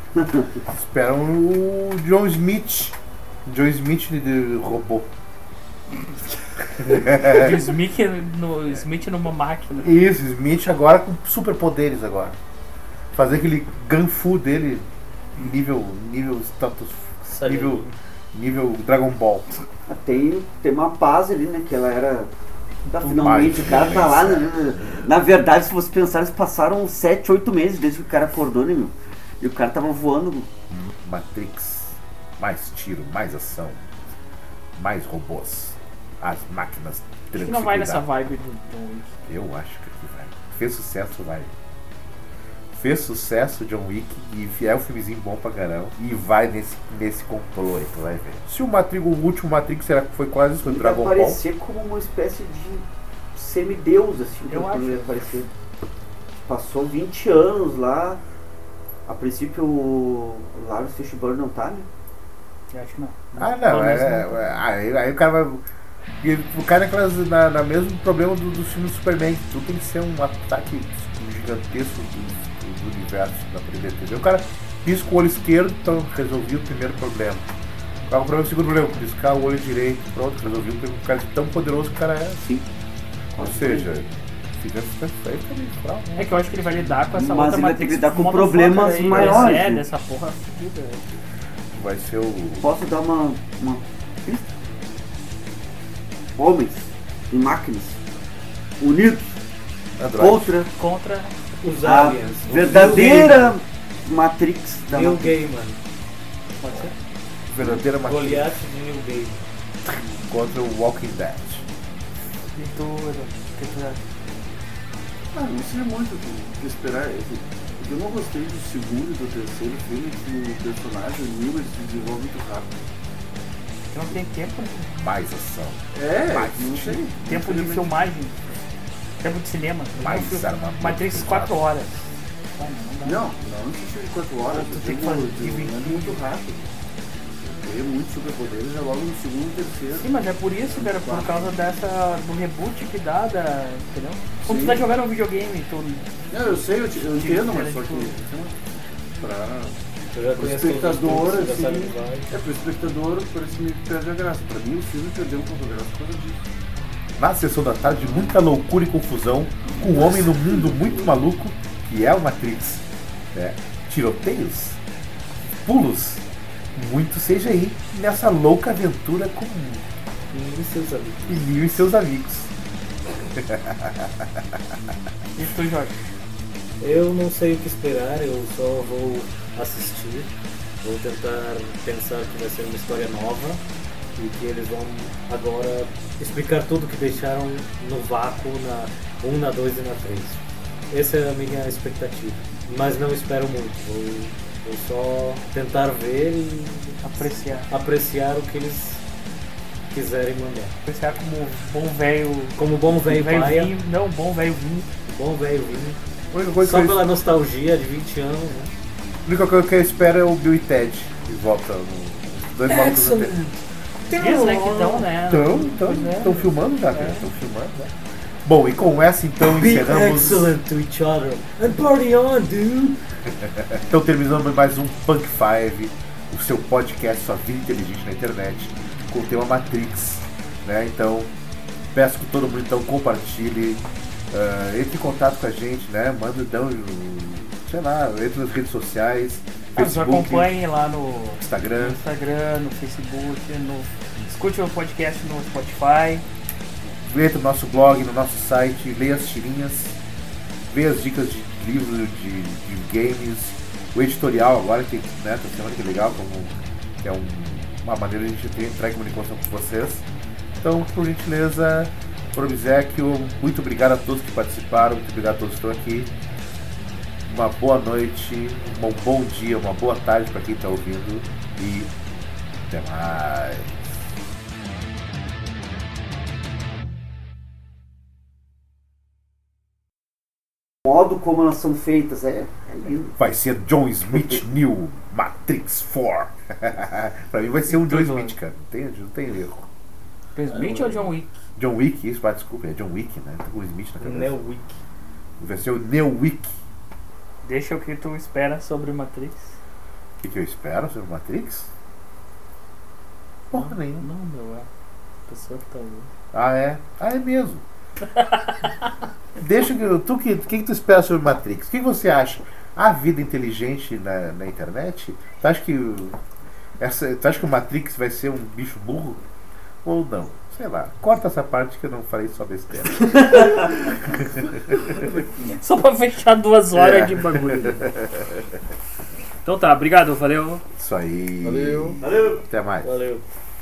Esperam o John Smith. John Smith de robô. O Smith, no, Smith numa máquina. Isso, Smith agora com superpoderes agora. Fazer aquele Ganfu dele nível. nível status. Sabe? nível. nível Dragon Ball. Tem, tem uma paz ali, né, que ela era. Tá, finalmente, mais o cara tá lá, né? Na verdade, se você pensar, eles passaram sete, oito meses desde que o cara acordou, né, meu? E o cara tava voando. Matrix. Mais tiro, mais ação. Mais robôs. As máquinas Acho que não vai nessa vibe do John Wick. Eu acho que aqui vai. Fez sucesso, vai. Fez sucesso John Wick e é um filmezinho bom pra caramba. E vai nesse, nesse complô aí, tu vai ver. Se o Matrix, o último Matrix será que foi quase isso? Foi Ele Dragon vai Ball? aparecer como uma espécie de semideus, assim, Eu quando acho. ele vai aparecer. Passou vinte anos lá. A princípio o Lawrence Fishburne não tá, né? Eu acho que não. Ah, Pelo não, menos é, não. é- aí, aí o cara vai. e O cara é naquelas, na, na mesmo problema do, do filme do Superman, que tudo tem que ser um ataque gigantesco do, do, do universo pra poder entender. O cara pisca o olho esquerdo, então resolvi o primeiro problema. Qual é o problema? O segundo problema, piscar o olho direito, pronto, resolvi o primeiro. O cara é tão poderoso que o cara é. Sim. Ou seja, fica perfeitamente fraco. É que eu acho que ele vai lidar com essa Mas outra ele vai ter Matrix que lidar com motherfucker problemas aí, maiores, É, né? dessa porra fudida. Vai ser o. Posso dar uma, uma pista? Homens e máquinas unidos Android. contra Contra. Os a aliens. o verdadeira Matrix da Neil Matrix. Gaiman. Pode ser? Verdadeira Matrix Goliath de Neil Gaiman. contra o Walking Dead. E tu, Edu, o que tu acha? Ah, não sei muito o que- o que esperar. É que- Eu não gostei do segundo e do terceiro filme, que o personagem, o Neo, ele se desenvolve muito rápido. Não tem tempo, Mais ação. É, Mais não sei. tempo de filmagem, tempo de cinema. Mais Um filme- armamento Matrix pesado. quatro horas. Ah, não dá. Não, não precisa de quatro horas. Tu eu tem que tenho fazer um desenvolvimento muito rápido. Eu tenho muitos superpoderes já logo no segundo e terceiro. Sim, mas é por isso, cara, por causa dessa, do reboot que dá, da, entendeu? Quando Sim. tu tá jogando um videogame, tu... Não, eu sei, eu, te- eu entendo, mas só que pra Eu já o conheço espectador, todos os truques, já assim, sabe que vai. é pro espectador, parece meio que perde a graça. Pra mim, o filme perdeu um pouco a graça por causa disso. Na sessão da tarde, muita loucura e confusão, com um homem no mundo muito maluco, que é o Matrix. Né? Tiroteios, pulos, muito C G I nessa louca aventura com E seus amigos. Neo e seus amigos. E tu, Jorge? Eu não sei o que esperar, eu só vou assistir. Vou tentar pensar que vai ser uma história nova e que eles vão agora explicar tudo que deixaram no vácuo na um, na dois e na três. Essa é a minha expectativa. Mas não espero muito. Vou, vou só tentar ver e Apreciar. apreciar o que eles quiserem mandar. Apreciar como bom velho... Como bom velho paia, vinho. Não, bom velho vinho. bom velho vinho. A única coisa, Só que eu, pela nostalgia de vinte anos, né? a única coisa que eu espero é o Bill e Ted de volta no dois malucos no tempo. Diz, né, que estão, né? Então, então, Pois é. estão filmando já, cara. É. Estão filmando, né? Bom, e com essa então Be encerramos. excellent to each other and party on, dude! Então terminamos mais um Punk Five, o seu podcast, sua vida inteligente na internet, com o tema Matrix, né? Então peço que todo mundo então compartilhe, uh, entre em contato com a gente, né? Manda então, sei lá, entre nas redes sociais, Nos Facebook, acompanhem lá no Instagram. no Instagram, no Facebook, no... escute o podcast no Spotify. Entra no nosso blog, no nosso site, leia as tirinhas, veja as dicas de livros, de, de games, o editorial agora, que né, tá sendo que legal, como, que é um, uma maneira de a gente ter, entrar em comunicação com vocês. Então, por gentileza, por obséquio, muito obrigado a todos que participaram, muito obrigado a todos que estão aqui. Uma boa noite, um bom dia, uma boa tarde para quem está ouvindo e até mais. O modo como elas são feitas é, é lindo. Vai ser John Smith New Matrix quatro. Pra mim vai ser um John Smith, cara. Não tem, não tem erro. John Smith ou John Wick? John Wick, isso, ah, desculpa, é John Wick, né? Tá com o Smith na cabeça. Neo Wick. Vai ser o Neo Wick. Deixa o que tu espera sobre Matrix. O que, que eu espero sobre Matrix? Porra nenhuma. Não, meu, é a pessoa que tá ouvindo. Ah, é? Ah, é mesmo. Deixa que eu- tu que, o que, que tu espera sobre Matrix? O que, que você acha? A vida inteligente na, na internet? Tu acha que o- essa, tu acha que o Matrix vai ser um bicho burro? Ou não? Sei lá. Corta essa parte que eu não falei só besteira. Só pra fechar duas horas É. de bagulho. Então tá, obrigado, valeu. Isso aí. Valeu. Valeu! Até mais. Valeu.